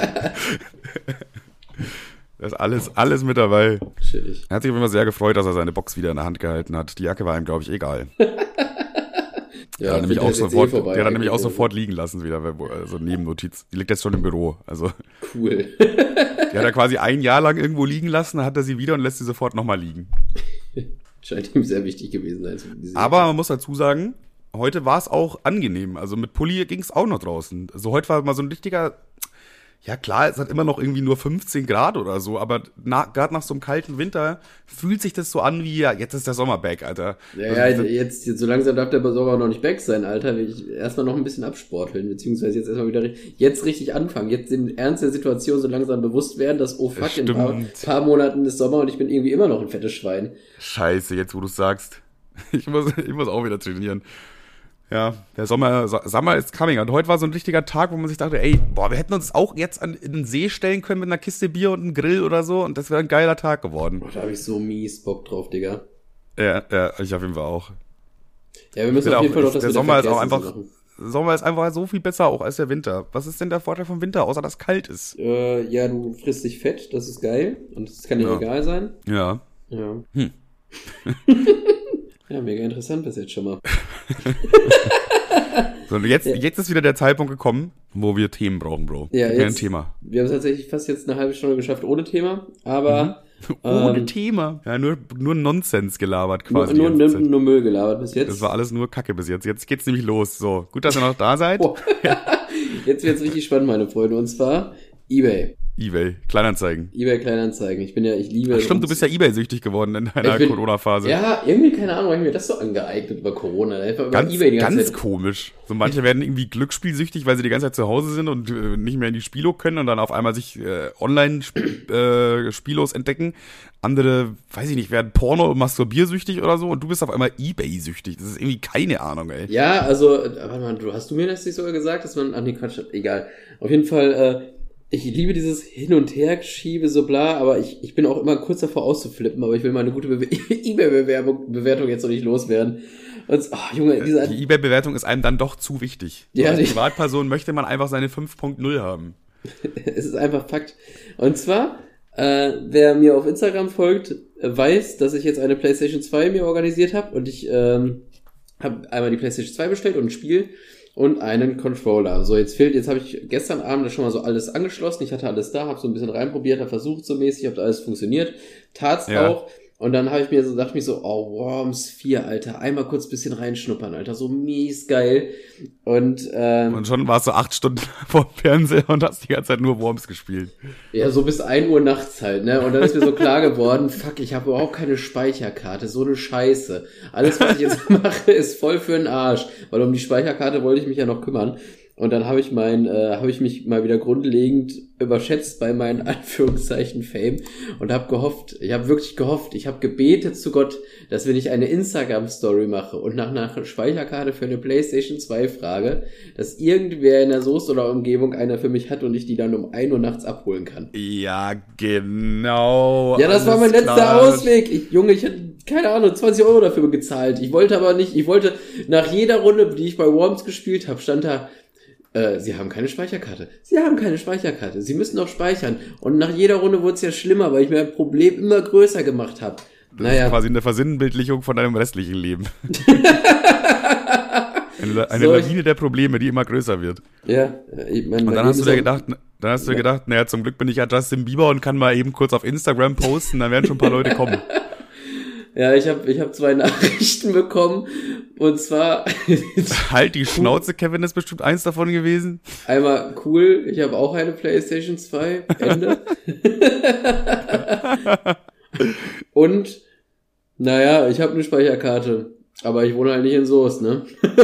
Das ist alles mit dabei. Chillig. Er hat sich immer sehr gefreut, dass er seine Box wieder in der Hand gehalten hat. Die Jacke war ihm, glaube ich, egal. Der hat nämlich auch sofort liegen lassen wieder, also Nebennotiz. Die liegt jetzt schon im Büro, also. Cool. Die hat er quasi ein Jahr lang irgendwo liegen lassen, dann hat er sie wieder und lässt sie sofort nochmal liegen. Scheint ihm sehr wichtig gewesen. Aber man muss dazu sagen, heute war es auch angenehm. Also mit Pulli ging es auch noch draußen. Also heute war mal so ein richtiger, ja klar, es hat immer noch irgendwie nur 15 Grad oder so, aber gerade nach so einem kalten Winter fühlt sich das so an wie, ja, jetzt ist der Sommer back, Alter. Ja, jetzt so langsam darf der Sommer noch nicht back sein, Alter. Will ich erstmal noch ein bisschen absporteln, beziehungsweise jetzt erstmal wieder jetzt richtig anfangen. Jetzt den Ernst der Situation so langsam bewusst werden, dass, oh fuck, in ein paar Monaten ist Sommer und ich bin irgendwie immer noch ein fettes Schwein. Scheiße, jetzt wo du es sagst. Ich muss auch wieder trainieren. Ja, der Sommer ist coming. Und heute war so ein richtiger Tag, wo man sich dachte, ey, wir hätten uns auch jetzt in den See stellen können mit einer Kiste Bier und einem Grill oder so und das wäre ein geiler Tag geworden. Da habe ich so mies Bock drauf, Digga. Ja, ich auf jeden Fall auch. Ja, wir müssen auf jeden Fall noch das der Sommer ist auch einfach, Sommer ist einfach so viel besser auch als der Winter. Was ist denn der Vorteil vom Winter, außer dass es kalt ist? Ja, du frisst dich fett, das ist geil und das kann dir egal sein. Ja. Ja, mega interessant bis jetzt schon mal. So, jetzt ist wieder der Zeitpunkt gekommen, wo wir Themen brauchen, Bro. Ja, jetzt, ein Thema. Wir haben es tatsächlich fast jetzt eine halbe Stunde geschafft ohne Thema, aber... Ohne Thema? Ja, nur Nonsens gelabert quasi. Nur Müll gelabert bis jetzt. Das war alles nur Kacke bis jetzt. Jetzt geht's nämlich los. So, gut, dass ihr noch da seid. Jetzt wird's richtig spannend, meine Freunde, und zwar eBay. Kleinanzeigen. Ich liebe... Ach, stimmt, du bist ja eBay-süchtig geworden in deiner Corona-Phase. Ja, irgendwie, keine Ahnung, habe ich mir das so angeeignet über Corona. Einfach über eBay die ganze Zeit. Ganz komisch. So manche werden irgendwie glücksspielsüchtig, weil sie die ganze Zeit zu Hause sind und nicht mehr in die Spielo können und dann auf einmal sich Online-Spielos entdecken. Andere, weiß ich nicht, werden Porno- und Masturbiersüchtig oder so und du bist auf einmal eBay-süchtig. Das ist irgendwie keine Ahnung, ey. Ja, also, warte mal, hast du mir das nicht sogar gesagt, dass man, Quatsch, egal. Auf jeden Fall, ich liebe dieses Hin- und Her-Schiebe, so bla, aber ich bin auch immer kurz davor auszuflippen, aber ich will mal eine gute eBay-Bewertung jetzt noch nicht loswerden. Und, Junge, die eBay-Bewertung ist einem dann doch zu wichtig. Ja, als Privatperson möchte man einfach seine 5.0 haben. Es ist einfach Fakt. Und zwar, wer mir auf Instagram folgt, weiß, dass ich jetzt eine PlayStation 2 mir organisiert habe und ich habe einmal die PlayStation 2 bestellt und ein Spiel und einen Controller. So, jetzt habe ich gestern Abend das schon mal so alles angeschlossen. Ich hatte alles da, habe so ein bisschen reinprobiert, habe versucht so mäßig, ob da alles funktioniert. Tat's auch. Und dann dachte ich mir so, Worms 4, Alter, einmal kurz ein bisschen reinschnuppern, Alter, so mies geil. Und schon warst du 8 Stunden vor dem Fernseher und hast die ganze Zeit nur Worms gespielt. Ja, so bis 1 Uhr nachts halt, ne? Und dann ist mir so klar geworden, fuck, ich habe überhaupt keine Speicherkarte, so eine Scheiße. Alles, was ich jetzt mache, ist voll für den Arsch, weil um die Speicherkarte wollte ich mich ja noch kümmern. Und dann habe ich mich mal wieder grundlegend überschätzt bei meinen Anführungszeichen Fame und habe wirklich gehofft, ich habe gebetet zu Gott, dass wenn ich eine Instagram-Story mache und nach einer Speicherkarte für eine PlayStation 2 frage, dass irgendwer in der Soest oder Umgebung einer für mich hat und ich die dann um 1 Uhr nachts abholen kann. Ja, genau. Ja, das war mein letzter Ausweg. Ich hätte, keine Ahnung, 20 € dafür gezahlt. Ich wollte nach jeder Runde, die ich bei Worms gespielt habe, stand da, Sie haben keine Speicherkarte. Sie müssen noch speichern. Und nach jeder Runde wurde es ja schlimmer, weil ich mir ein Problem immer größer gemacht habe. Das ist quasi eine Versinnbildlichung von deinem restlichen Leben. eine Lawine der Probleme, die immer größer wird. Ja. Und dann hast du dir gedacht, naja, zum Glück bin ich ja Justin Bieber und kann mal eben kurz auf Instagram posten, dann werden schon ein paar Leute kommen. Ja, ich hab 2 Nachrichten bekommen. Und zwar... Halt die Schnauze, Kevin ist bestimmt eins davon gewesen. Einmal cool, ich habe auch eine PlayStation 2. Ende. Und, naja, ich habe eine Speicherkarte. Aber ich wohne halt nicht in Soest, ne?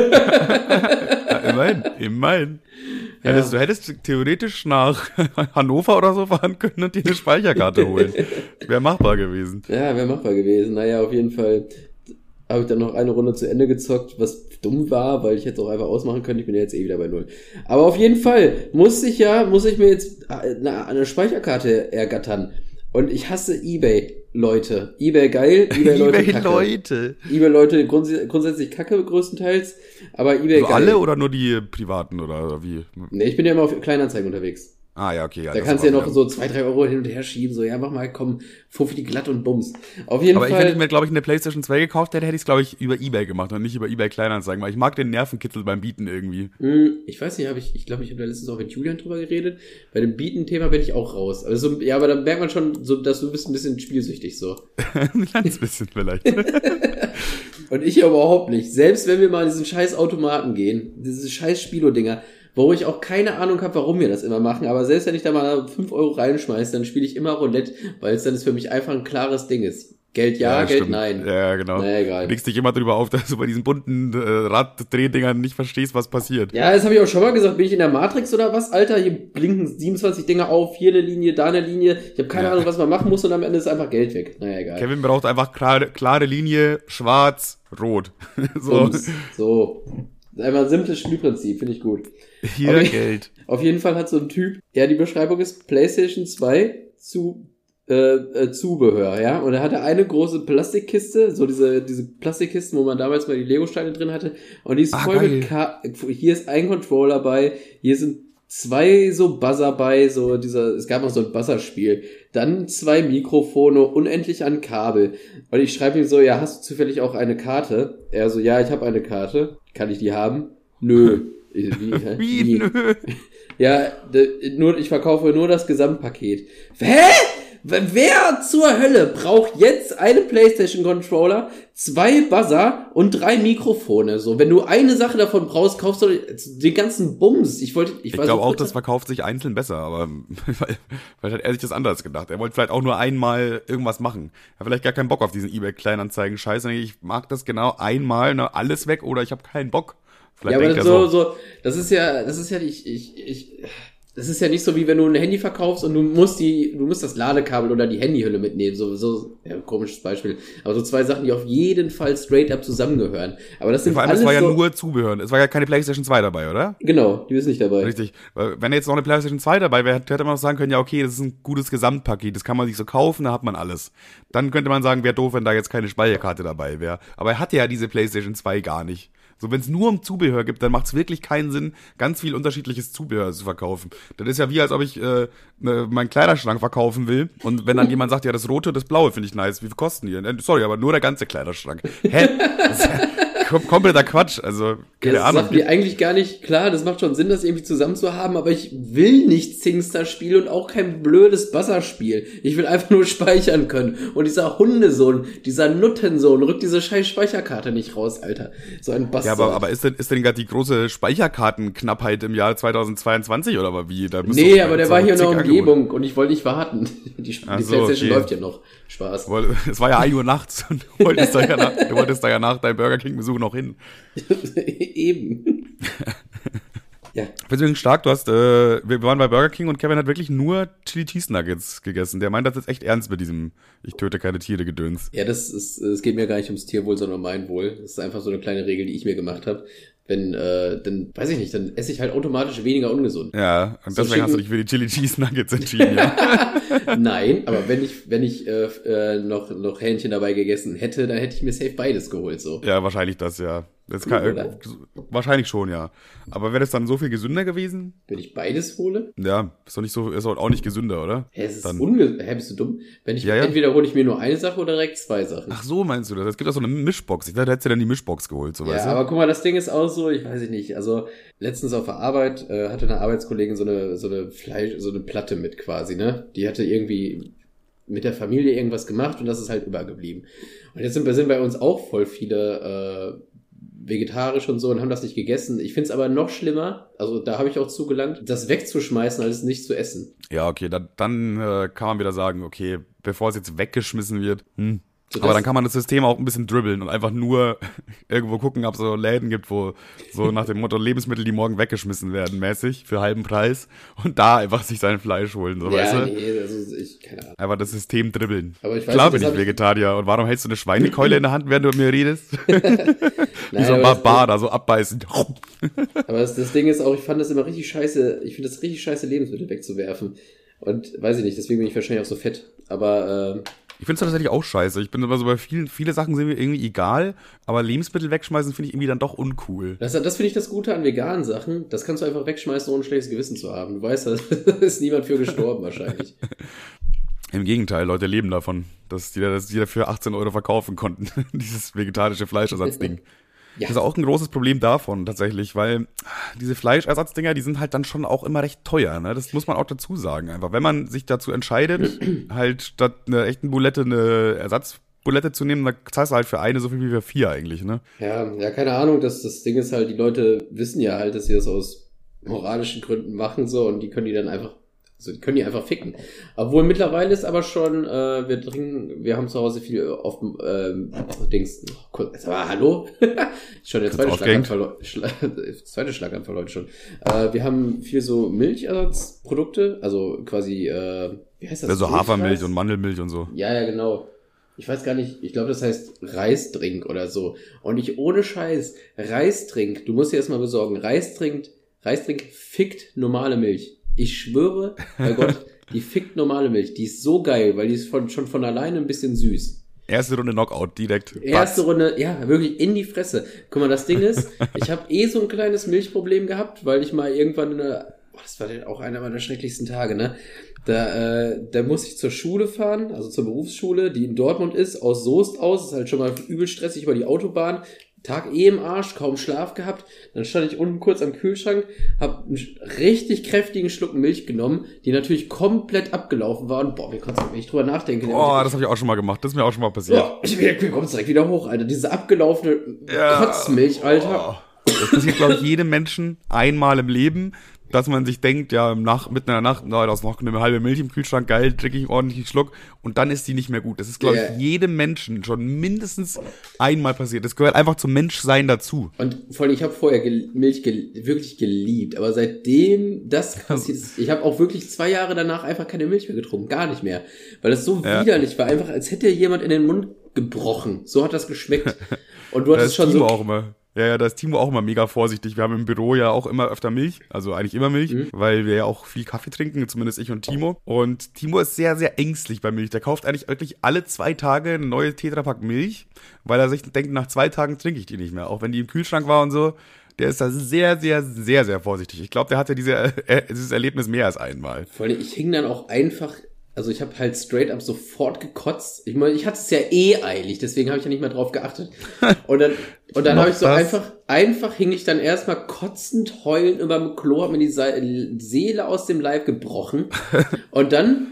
Ja, immerhin. Ja. Du hättest theoretisch nach Hannover oder so fahren können und dir eine Speicherkarte holen. Wäre machbar gewesen. Ja, wäre machbar gewesen. Naja, auf jeden Fall habe ich dann noch eine Runde zu Ende gezockt, was dumm war, weil ich hätte auch einfach ausmachen können. Ich bin ja jetzt wieder bei 0. Aber auf jeden Fall muss ich mir jetzt eine Speicherkarte ergattern. Und ich hasse eBay-Leute. eBay geil, eBay-Leute kacke. eBay-Leute grundsätzlich kacke größtenteils, aber eBay also geil. Alle oder nur die privaten oder wie? Nee, ich bin ja immer auf Kleinanzeigen unterwegs. Ah, ja, okay. Ja, da kannst du ja noch so 2-3 Euro hin und her schieben, so, ja, mach mal, komm, Fuffi glatt und Bums. Auf jeden Fall. Aber wenn ich mir, glaube ich, eine PlayStation 2 gekauft hätte, hätte ich es, glaube ich, über eBay gemacht und nicht über eBay Kleinanzeigen, weil ich mag den Nervenkitzel beim Bieten irgendwie. Ich weiß nicht, ich glaube, ich habe da letztens auch mit Julian drüber geredet. Bei dem Bieten-Thema bin ich auch raus. Also, so, ja, aber da merkt man schon, so, dass du bist ein bisschen spielsüchtig, so. Ein kleines bisschen vielleicht. Und ich überhaupt nicht. Selbst wenn wir mal in diesen scheiß Automaten gehen, diese scheiß Spilo-Dinger, wo ich auch keine Ahnung habe, warum wir das immer machen, aber selbst wenn ich da mal 5 Euro reinschmeiße, dann spiele ich immer Roulette, weil es dann ist für mich einfach ein klares Ding ist. Geld ja, Geld stimmt. Nein. Ja, genau. Naja, egal. Du legst dich immer drüber auf, dass du bei diesen bunten Raddrehdingern nicht verstehst, was passiert. Ja, das habe ich auch schon mal gesagt. Bin ich in der Matrix oder was? Alter, hier blinken 27 Dinger auf, hier eine Linie, da eine Linie. Ich habe keine Ahnung, was man machen muss und am Ende ist einfach Geld weg. Naja, egal. Kevin braucht einfach klare Linie, schwarz, rot. So. Einfach ein simples Spielprinzip, finde ich gut. Hier Geld. Auf jeden Fall hat so ein Typ, die Beschreibung ist PlayStation 2 Zubehör, ja. Und er hatte eine große Plastikkiste, so diese Plastikkisten, wo man damals mal die Lego-Steine drin hatte. Und die ist voll mit hier ist ein Controller bei, hier sind 2 so Buzzer bei, so es gab noch so ein Buzzer-Spiel. Dann 2 Mikrofone, unendlich an Kabel. Und ich schreibe ihm so, ja, hast du zufällig auch eine Karte? Er so, ja, ich habe eine Karte. Kann ich die haben? Nö. Wie? Nö. Ja, ich verkaufe nur das Gesamtpaket. Hä? Wer zur Hölle braucht jetzt einen PlayStation-Controller, 2 Buzzer und 3 Mikrofone? So, wenn du eine Sache davon brauchst, kaufst du den ganzen Bums. Ich glaube auch, das verkauft sich einzeln besser, aber weil hat er sich das anders gedacht. Er wollte vielleicht auch nur einmal irgendwas machen. Er hat vielleicht gar keinen Bock auf diesen eBay-Kleinanzeigen-Scheiß. Ich mag das genau einmal, ne, alles weg oder ich habe keinen Bock. Vielleicht ja, aber das ist ja das ist ja nicht so, wie wenn du ein Handy verkaufst und du musst das Ladekabel oder die Handyhülle mitnehmen. So, ja, komisches Beispiel. Aber so 2 Sachen, die auf jeden Fall straight up zusammengehören. Aber das sind vor allem, alles es war ja nur Zubehör. Es war ja keine PlayStation 2 dabei, oder? Genau, die ist nicht dabei. Richtig. Wenn jetzt noch eine PlayStation 2 dabei wäre, hätte man noch sagen können, ja, okay, das ist ein gutes Gesamtpaket. Das kann man sich so kaufen, da hat man alles. Dann könnte man sagen, wäre doof, wenn da jetzt keine Speicherkarte dabei wäre. Aber er hatte ja diese PlayStation 2 gar nicht. So, wenn es nur um Zubehör gibt, dann macht es wirklich keinen Sinn, ganz viel unterschiedliches Zubehör zu verkaufen. Das ist ja wie, als ob ich meinen Kleiderschrank verkaufen will und wenn dann jemand sagt, ja, das Rote, das Blaue finde ich nice, wie viel kosten die? Sorry, aber nur der ganze Kleiderschrank. Hä? Das ist ja kompletter Quatsch, also keine Ahnung. Das macht mir eigentlich gar nicht klar, das macht schon Sinn, das irgendwie zusammen zu haben, aber ich will nicht Singstar-Spiel und auch kein blödes Buzzer-Spiel. Ich will einfach nur speichern können. Und dieser Hundesohn, dieser Nuttensohn rückt diese scheiß Speicherkarte nicht raus, Alter. So ein Bastard. Ja, aber ist denn gerade die große Speicherkartenknappheit im Jahr 2022 oder wie? Nee, aber der war hier in der Umgebung und ich wollte nicht warten. Die PlayStation läuft ja noch. Spaß. Es war ja 1 Uhr nachts und du wolltest da ja nach deinem Burger King-Besuch noch hin. Eben. Ja. Deswegen stark, wir waren bei Burger King und Kevin hat wirklich nur Chili Cheese Nuggets gegessen. Der meint das jetzt echt ernst mit diesem ich töte keine Tiere Gedöns. Ja, es geht mir gar nicht ums Tierwohl, sondern um mein Wohl. Das ist einfach so eine kleine Regel, die ich mir gemacht habe. Dann weiß ich nicht, dann esse ich halt automatisch weniger ungesund. Ja, und deswegen hast du dich für die Chili Cheese Nuggets entschieden, ja. Nein, aber wenn ich noch Hähnchen dabei gegessen hätte, dann hätte ich mir safe beides geholt, so. Ja, wahrscheinlich das, ja. Wahrscheinlich schon, ja. Aber wäre das dann so viel gesünder gewesen? Wenn ich beides hole? Ja, ist doch auch nicht gesünder, oder? Es ist bist du dumm? Entweder hole ich mir nur eine Sache oder direkt 2 Sachen. Ach so, meinst du das? Es gibt auch so eine Mischbox. Ich dachte, hättest du dann die Mischbox geholt, so, weißt du? Ja, aber guck mal, das Ding ist auch so, ich weiß nicht, also letztens auf der Arbeit hatte eine Arbeitskollegin so eine Platte mit quasi, ne? Die hatte irgendwie mit der Familie irgendwas gemacht und das ist halt übergeblieben. Und jetzt sind bei uns auch voll viele vegetarisch und so und haben das nicht gegessen. Ich finde es aber noch schlimmer, also da habe ich auch zugelangt, das wegzuschmeißen, als es nicht zu essen. Ja, okay, dann kann man wieder sagen, okay, bevor es jetzt weggeschmissen wird, aber dann kann man das System auch ein bisschen dribbeln und einfach nur irgendwo gucken, ob es so Läden gibt, wo so nach dem Motto Lebensmittel, die morgen weggeschmissen werden, mäßig, für halben Preis und da einfach sich sein Fleisch holen, so, weißt du? Nee, also keine Ahnung. Einfach das System dribbeln. Aber ich weiß, klar bin ich Vegetarier und warum hältst du eine Schweinekeule in der Hand, während du mit mir redest? Wie so ein Barbar da so abbeißen. Aber das Ding ist auch, ich finde das richtig scheiße, Lebensmittel wegzuwerfen. Und weiß ich nicht, deswegen bin ich wahrscheinlich auch so fett. Aber ich finde es tatsächlich auch scheiße. Ich bin immer so bei viele Sachen sind mir irgendwie egal, aber Lebensmittel wegschmeißen finde ich irgendwie dann doch uncool. Das finde ich das Gute an veganen Sachen. Das kannst du einfach wegschmeißen, ohne ein schlechtes Gewissen zu haben. Du weißt, da ist niemand für gestorben wahrscheinlich. Im Gegenteil, Leute leben davon, dass die das für 18 € verkaufen konnten. Dieses vegetarische Fleischersatzding. Ja. Das ist auch ein großes Problem davon tatsächlich, weil diese Fleischersatzdinger, die sind halt dann schon auch immer recht teuer, ne? Das muss man auch dazu sagen einfach. Wenn man sich dazu entscheidet, halt statt einer echten Bulette eine Ersatzbulette zu nehmen, dann zahlst du halt für eine so viel wie für 4 eigentlich, ne? Ja, keine Ahnung, das Ding ist halt, die Leute wissen ja halt, dass sie das aus moralischen Gründen machen so und die können die einfach ficken. Obwohl mittlerweile ist aber schon, wir haben zu Hause viel oft hallo? Schon der zweite Schlaganfall heute schon. Wir haben viel so Milchersatzprodukte, also quasi, wie heißt das? Also Hafermilch und Mandelmilch und so. Ja, genau. Ich weiß gar nicht, ich glaube, das heißt Reisdrink oder so. Und ich ohne Scheiß, Reisdrink, du musst dir erstmal besorgen, Reisdrink fickt normale Milch. Ich schwöre, bei Gott, die fickt normale Milch. Die ist so geil, weil die ist schon von alleine ein bisschen süß. Erste Runde Knockout, direkt. Erste Runde, ja, wirklich in die Fresse. Guck mal, das Ding ist, ich habe so ein kleines Milchproblem gehabt, weil ich mal irgendwann das war auch einer meiner schrecklichsten Tage, ne? Da muss ich zur Schule fahren, also zur Berufsschule, die in Dortmund ist, aus Soest aus, ist halt schon mal übel stressig über die Autobahn. Tag im Arsch, kaum Schlaf gehabt. Dann stand ich unten kurz am Kühlschrank, hab einen richtig kräftigen Schluck Milch genommen, die natürlich komplett abgelaufen war. Und wie kannst du, wenn ich drüber nachdenke. Das habe ich auch schon mal gemacht. Das ist mir auch schon mal passiert. Wir kommen direkt wieder hoch, Alter. Diese abgelaufene Kotzmilch, Alter. Das passiert, glaube ich, jedem Menschen einmal im Leben, dass man sich denkt, ja, mitten in der Nacht, da ist noch eine halbe Milch im Kühlschrank, geil, trinke ich einen ordentlichen Schluck und dann ist die nicht mehr gut. Das ist, glaube ich, jedem Menschen schon mindestens einmal passiert. Das gehört einfach zum Menschsein dazu. Und vor allem, ich habe vorher Milch wirklich geliebt, aber seitdem das passiert ist, ich habe auch wirklich 2 Jahre danach einfach keine Milch mehr getrunken, gar nicht mehr, weil das so widerlich war, einfach als hätte jemand in den Mund gebrochen. So hat das geschmeckt. Und du hattest schon so... Auch immer. Ja, da ist Timo auch immer mega vorsichtig. Wir haben im Büro ja auch immer öfter Milch, also eigentlich immer Milch, weil wir ja auch viel Kaffee trinken, zumindest ich und Timo. Und Timo ist sehr, sehr ängstlich bei Milch. Der kauft eigentlich wirklich alle 2 Tage eine neue Tetrapack Milch, weil er sich denkt, nach 2 Tagen trinke ich die nicht mehr, auch wenn die im Kühlschrank war und so. Der ist da sehr, sehr, sehr, sehr vorsichtig. Ich glaube, der hatte dieses Erlebnis mehr als einmal. Vor allem, ich hing dann auch einfach... Also ich habe halt straight up sofort gekotzt. Ich meine, ich hatte es ja eilig, deswegen habe ich ja nicht mehr drauf geachtet. Und dann habe ich so einfach hing ich dann erstmal kotzend, heulend über dem Klo, hab mir die Seele aus dem Leib gebrochen. Und dann,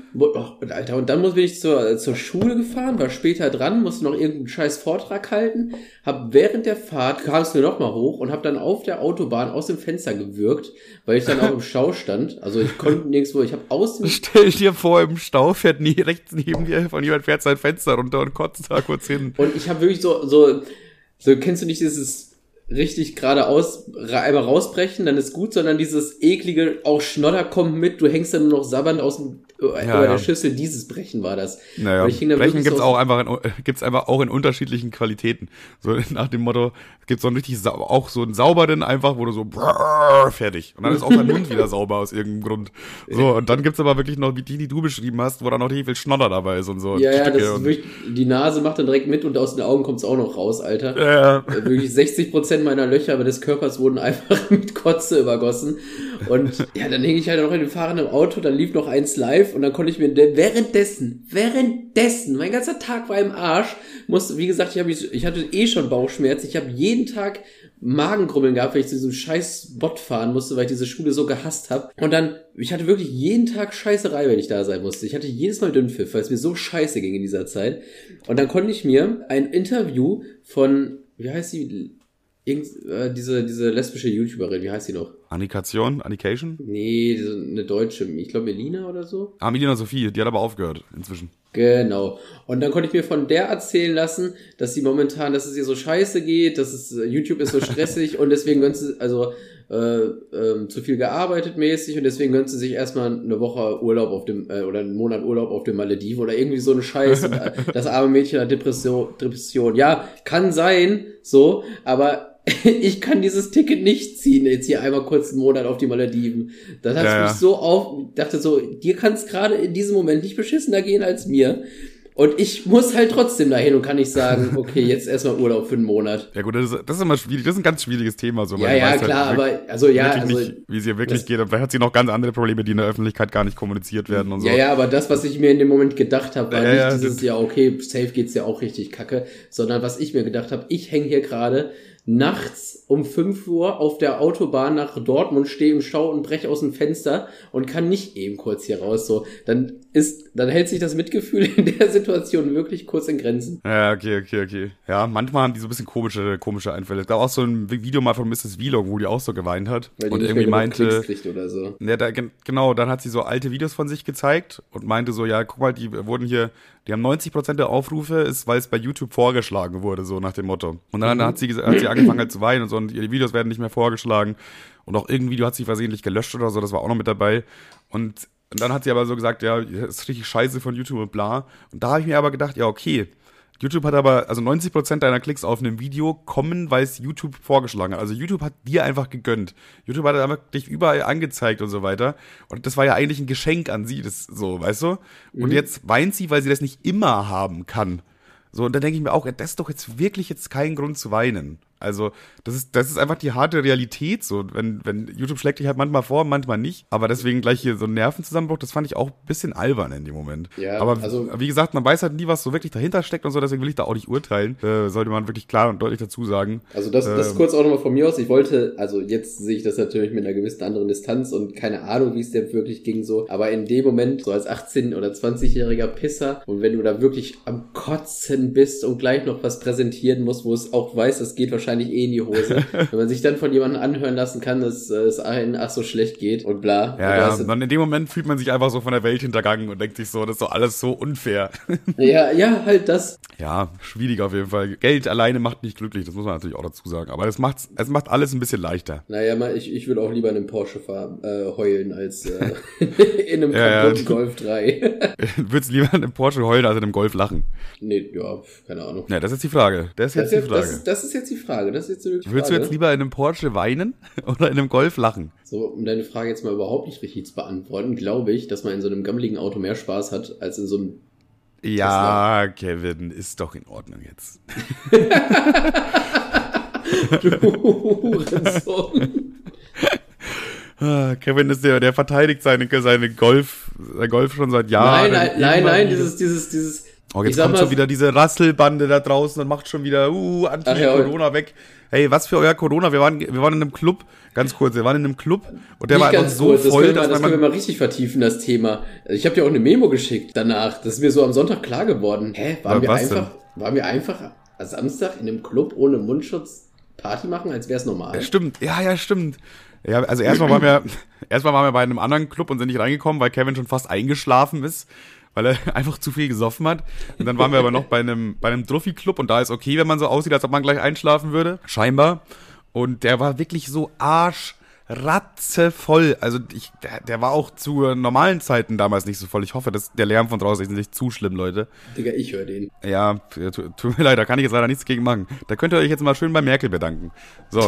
bin ich zur Schule gefahren, war später dran, musste noch irgendeinen scheiß Vortrag halten, hab während der Fahrt, kam es mir nochmal hoch und hab dann auf der Autobahn aus dem Fenster gewürgt, weil ich dann auch im Stau stand. Also ich konnte nirgendwo, ich habe aus dem... Stell dir vor, im Stau fährt rechts neben dir von jemand fährt sein Fenster runter und kotzt da kurz hin. Und ich habe wirklich so kennst du nicht dieses richtig geradeaus einmal rausbrechen, dann ist gut, sondern dieses eklige, auch Schnodder kommt mit, du hängst dann nur noch sabbernd über der Schüssel, dieses Brechen war das. Naja, Brechen gibt's einfach auch in unterschiedlichen Qualitäten. So nach dem Motto, gibt's so einen richtig auch so einen sauberen einfach, wo du so fertig. Und dann ist auch dein Mund wieder sauber aus irgendeinem Grund. So, und dann gibt's aber wirklich noch, wie die du beschrieben hast, wo dann noch richtig viel Schnodder dabei ist und so. Ja, das ist wirklich, die Nase macht dann direkt mit und aus den Augen kommt's auch noch raus, Alter. Ja. Wirklich 60% meiner Löcher des Körpers wurden einfach mit Kotze übergossen. Und ja, dann hing ich halt noch in dem fahrenden Auto, dann lief noch eins live live und dann konnte ich mir währenddessen, mein ganzer Tag war im Arsch, wie gesagt, ich hatte eh schon Bauchschmerzen, ich habe jeden Tag Magengrummeln gehabt, weil ich zu diesem scheiß Bot fahren musste, weil ich diese Schule so gehasst habe. Und dann, ich hatte wirklich jeden Tag Scheißerei, wenn ich da sein musste. Ich hatte jedes Mal Dünnpfiff, weil es mir so scheiße ging in dieser Zeit. Und dann konnte ich mir ein Interview von, wie heißt sie, diese lesbische YouTuberin, wie heißt sie noch? Annication? Nee, eine Deutsche, ich glaube Melina oder so. Melina Sophie, die hat aber aufgehört inzwischen. Genau. Und dann konnte ich mir von der erzählen lassen, dass es ihr so scheiße geht, YouTube ist so stressig und deswegen gönnt sie, zu viel gearbeitet mäßig und deswegen gönnt sie sich erstmal eine Woche Urlaub oder einen Monat Urlaub auf den Malediven oder irgendwie so eine Scheiße. Das arme Mädchen hat Depression. Ja, kann sein, so, aber ich kann dieses Ticket nicht ziehen, jetzt hier einmal kurz einen Monat auf die Malediven. Das hat mich so dachte so, dir kann es gerade in diesem Moment nicht beschissener gehen als mir. Und ich muss halt trotzdem dahin und kann nicht sagen, okay, jetzt erstmal Urlaub für einen Monat. Ja gut, das ist immer schwierig, das ist ein ganz schwieriges Thema. So, ja, klar, halt aber nicht, wie es ihr wirklich geht. Und vielleicht hat sie noch ganz andere Probleme, die in der Öffentlichkeit gar nicht kommuniziert werden und so. Ja, aber das, was ich mir in dem Moment gedacht habe, war nicht dieses, okay, safe geht's ja auch richtig kacke, sondern was ich mir gedacht habe, ich hänge hier gerade nachts um 5 Uhr auf der Autobahn nach Dortmund, stehe im Stau und breche aus dem Fenster und kann nicht eben kurz hier raus, so. Dann hält sich das Mitgefühl in der Situation wirklich kurz in Grenzen. Ja, okay. Ja, manchmal haben die so ein bisschen komische Einfälle. Es gab auch so ein Video mal von Mrs. Vlog, wo die auch so geweint hat. Weil die und nicht irgendwie mehr meinte, kriegt oder so. Ja, genau, dann hat sie so alte Videos von sich gezeigt und meinte so, ja, guck mal, die haben 90% der Aufrufe, ist, weil es bei YouTube vorgeschlagen wurde, so nach dem Motto. Und dann hat sie angefangen halt zu weinen und so, und ihre Videos werden nicht mehr vorgeschlagen. Und auch irgendein Video hat sie versehentlich gelöscht oder so, das war auch noch mit dabei. Und dann hat sie aber so gesagt, ja, das ist richtig scheiße von YouTube und bla. Und da habe ich mir aber gedacht, ja, okay, YouTube hat aber, also 90% deiner Klicks auf einem Video kommen, weil es YouTube vorgeschlagen hat. Also YouTube hat dir einfach gegönnt. YouTube hat einfach dich überall angezeigt und so weiter. Und das war ja eigentlich ein Geschenk an sie, das so, weißt du? Und jetzt weint sie, weil sie das nicht immer haben kann. So, und dann denke ich mir auch, das ist doch jetzt wirklich kein Grund zu weinen. Also, das ist einfach die harte Realität, so, wenn YouTube schlägt dich halt manchmal vor, manchmal nicht, aber deswegen gleich hier so ein Nervenzusammenbruch, das fand ich auch ein bisschen albern in dem Moment. Ja, aber also, wie gesagt, man weiß halt nie, was so wirklich dahinter steckt und so, deswegen will ich da auch nicht urteilen, sollte man wirklich klar und deutlich dazu sagen. Also das kurz auch nochmal von mir aus, jetzt sehe ich das natürlich mit einer gewissen anderen Distanz und keine Ahnung, wie es dir wirklich ging so, aber in dem Moment, so als 18- oder 20-jähriger Pisser und wenn du da wirklich am Kotzen bist und gleich noch was präsentieren musst, wo es auch weiß, das geht wahrscheinlich in die Hose. Wenn man sich dann von jemandem anhören lassen kann, dass es einem so schlecht geht und bla. Ja, dann in dem Moment fühlt man sich einfach so von der Welt hintergangen und denkt sich so, das ist doch alles so unfair. Ja, halt das. Ja, schwierig auf jeden Fall. Geld alleine macht nicht glücklich, das muss man natürlich auch dazu sagen. Aber es macht alles ein bisschen leichter. Naja, ich würde auch lieber in einem Porsche heulen, als in einem kaputten Golf 3. Würdest lieber in einem Porsche heulen, als in einem Golf lachen? Nee, ja, keine Ahnung. Ja, das ist jetzt die Frage. Das ist jetzt die Frage. Würdest du jetzt lieber in einem Porsche weinen oder in einem Golf lachen? So, um deine Frage jetzt mal überhaupt nicht richtig zu beantworten, glaube ich, dass man in so einem gammeligen Auto mehr Spaß hat, als in so einem Ja, Tesla. Kevin, ist doch in Ordnung jetzt. Du Kevin ist der verteidigt seine Golf schon seit Jahren. Nein, dieses Oh, jetzt kommt schon wieder diese Rasselbande da draußen und macht schon wieder Anti-Corona weg. Hey, was für euer Corona? Wir waren in einem Club, ganz kurz, und der war einfach so voll, dass das können wir mal richtig vertiefen, das Thema. Ich habe dir auch eine Memo geschickt danach. Das ist mir so am Sonntag klar geworden. Waren wir einfach Samstag in einem Club ohne Mundschutz Party machen, als wäre es normal? Stimmt. Ja, also erstmal waren wir bei einem anderen Club und sind nicht reingekommen, weil Kevin schon fast eingeschlafen ist, weil er einfach zu viel gesoffen hat. Und dann waren wir aber noch bei einem Druffi-Club und da ist okay, wenn man so aussieht, als ob man gleich einschlafen würde. Scheinbar. Und der war wirklich so ratzevoll. Also der war auch zu normalen Zeiten damals nicht so voll. Ich hoffe, dass der Lärm von draußen ist nicht zu schlimm, Leute. Digga, ich höre den. Ja, tut mir leid, da kann ich jetzt leider nichts gegen machen. Da könnt ihr euch jetzt mal schön bei Merkel bedanken. So.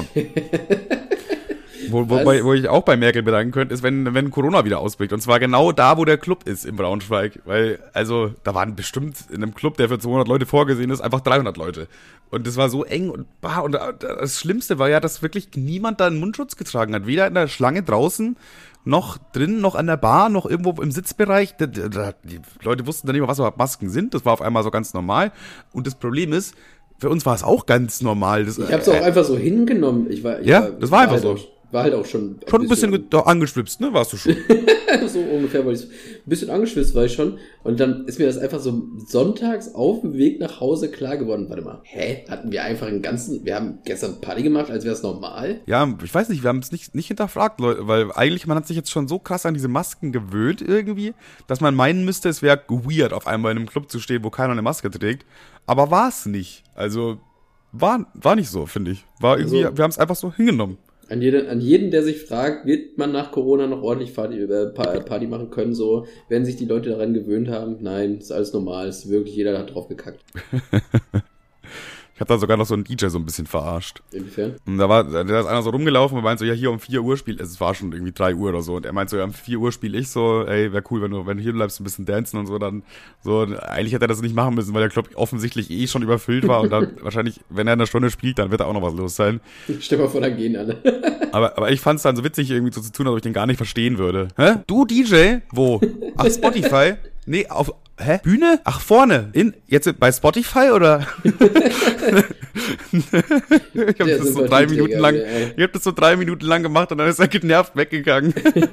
Wo ich auch bei Merkel bedanken könnte, ist, wenn Corona wieder ausbricht. Und zwar genau da, wo der Club ist in Braunschweig. Weil, also, da waren bestimmt in einem Club, der für 200 Leute vorgesehen ist, einfach 300 Leute. Und das war so eng und das Schlimmste war ja, dass wirklich niemand da einen Mundschutz getragen hat. Weder in der Schlange draußen, noch drin, noch an der Bar, noch irgendwo im Sitzbereich. Die Leute wussten dann nicht mehr, was überhaupt Masken sind. Das war auf einmal so ganz normal. Und das Problem ist, für uns war es auch ganz normal. Ich habe es auch einfach so hingenommen. Das war einfach so. War halt auch schon ein bisschen angeschwipst, ne? Warst du schon. So ungefähr, ein bisschen angeschwipst war ich schon. Und dann ist mir das einfach so sonntags auf dem Weg nach Hause klar geworden. Warte mal, hatten wir einfach wir haben gestern Party gemacht, als wäre es normal? Ja, ich weiß nicht, wir haben es nicht hinterfragt, Leute, weil eigentlich man hat sich jetzt schon so krass an diese Masken gewöhnt irgendwie, dass man meinen müsste, es wäre weird, auf einmal in einem Club zu stehen, wo keiner eine Maske trägt. Aber war es nicht. Also, war nicht so, finde ich. War irgendwie, wir haben es einfach so hingenommen. An jeden, der sich fragt, wird man nach Corona noch ordentlich Party machen können, so, werden sich die Leute daran gewöhnt haben? Nein, ist alles normal, ist wirklich, jeder hat drauf gekackt. Ich habe da sogar noch so einen DJ so ein bisschen verarscht. Inwiefern? Und da ist einer so rumgelaufen und meinte so, ja, hier um 4 Uhr es war schon irgendwie 3 Uhr oder so. Und er meinte so, ja, um 4 Uhr spiele ich so, ey, wäre cool, wenn du hier bleibst, ein bisschen dancen und so. Dann so, eigentlich hätte er das nicht machen müssen, weil der Club offensichtlich schon überfüllt war. Und dann wahrscheinlich, wenn er in einer Stunde spielt, dann wird da auch noch was los sein. Stell mal vor, da gehen alle. Aber ich fand es dann so witzig, irgendwie so zu tun, als ob ich den gar nicht verstehen würde. Hä? Du DJ? Wo? Ach, Spotify? Nee, hä? Bühne? Ach, vorne. Jetzt bei Spotify oder? Ich hab das so 3 Minuten lang. Ich hab das so 3 Minuten lang gemacht und dann ist er genervt weggegangen.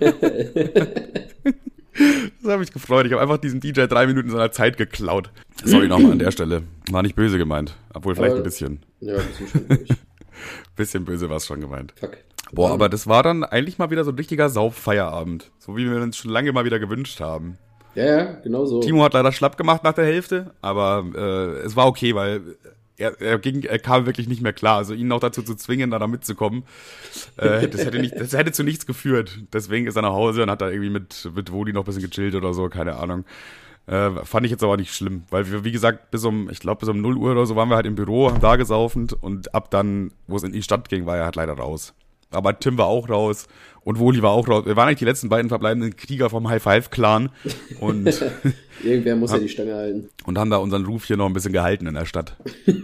Das hat mich gefreut. Ich habe einfach diesem DJ 3 Minuten seiner Zeit geklaut. Sorry nochmal an der Stelle. War nicht böse gemeint. Obwohl vielleicht ein bisschen. Ja, ein bisschen schon böse. Bisschen böse war es schon gemeint. Fuck. Boah, aber das war dann eigentlich mal wieder so ein richtiger Sauffeierabend. So wie wir uns schon lange mal wieder gewünscht haben. Ja, genau so. Timo hat leider schlapp gemacht nach der Hälfte, aber es war okay, weil er kam wirklich nicht mehr klar. Also ihn auch dazu zu zwingen, da mitzukommen, das hätte zu nichts geführt. Deswegen ist er nach Hause und hat da irgendwie mit Wodi noch ein bisschen gechillt oder so, keine Ahnung. Fand ich jetzt aber nicht schlimm, weil wir, wie gesagt, bis um 0 Uhr oder so waren wir halt im Büro, haben da gesauft und ab dann, wo es in die Stadt ging, war er halt leider raus. Aber Tim war auch raus und Woli war auch raus. Wir waren eigentlich die letzten beiden verbleibenden Krieger vom High-Five-Clan. Und irgendwer muss ja die Stange halten. Und haben da unseren Ruf hier noch ein bisschen gehalten in der Stadt.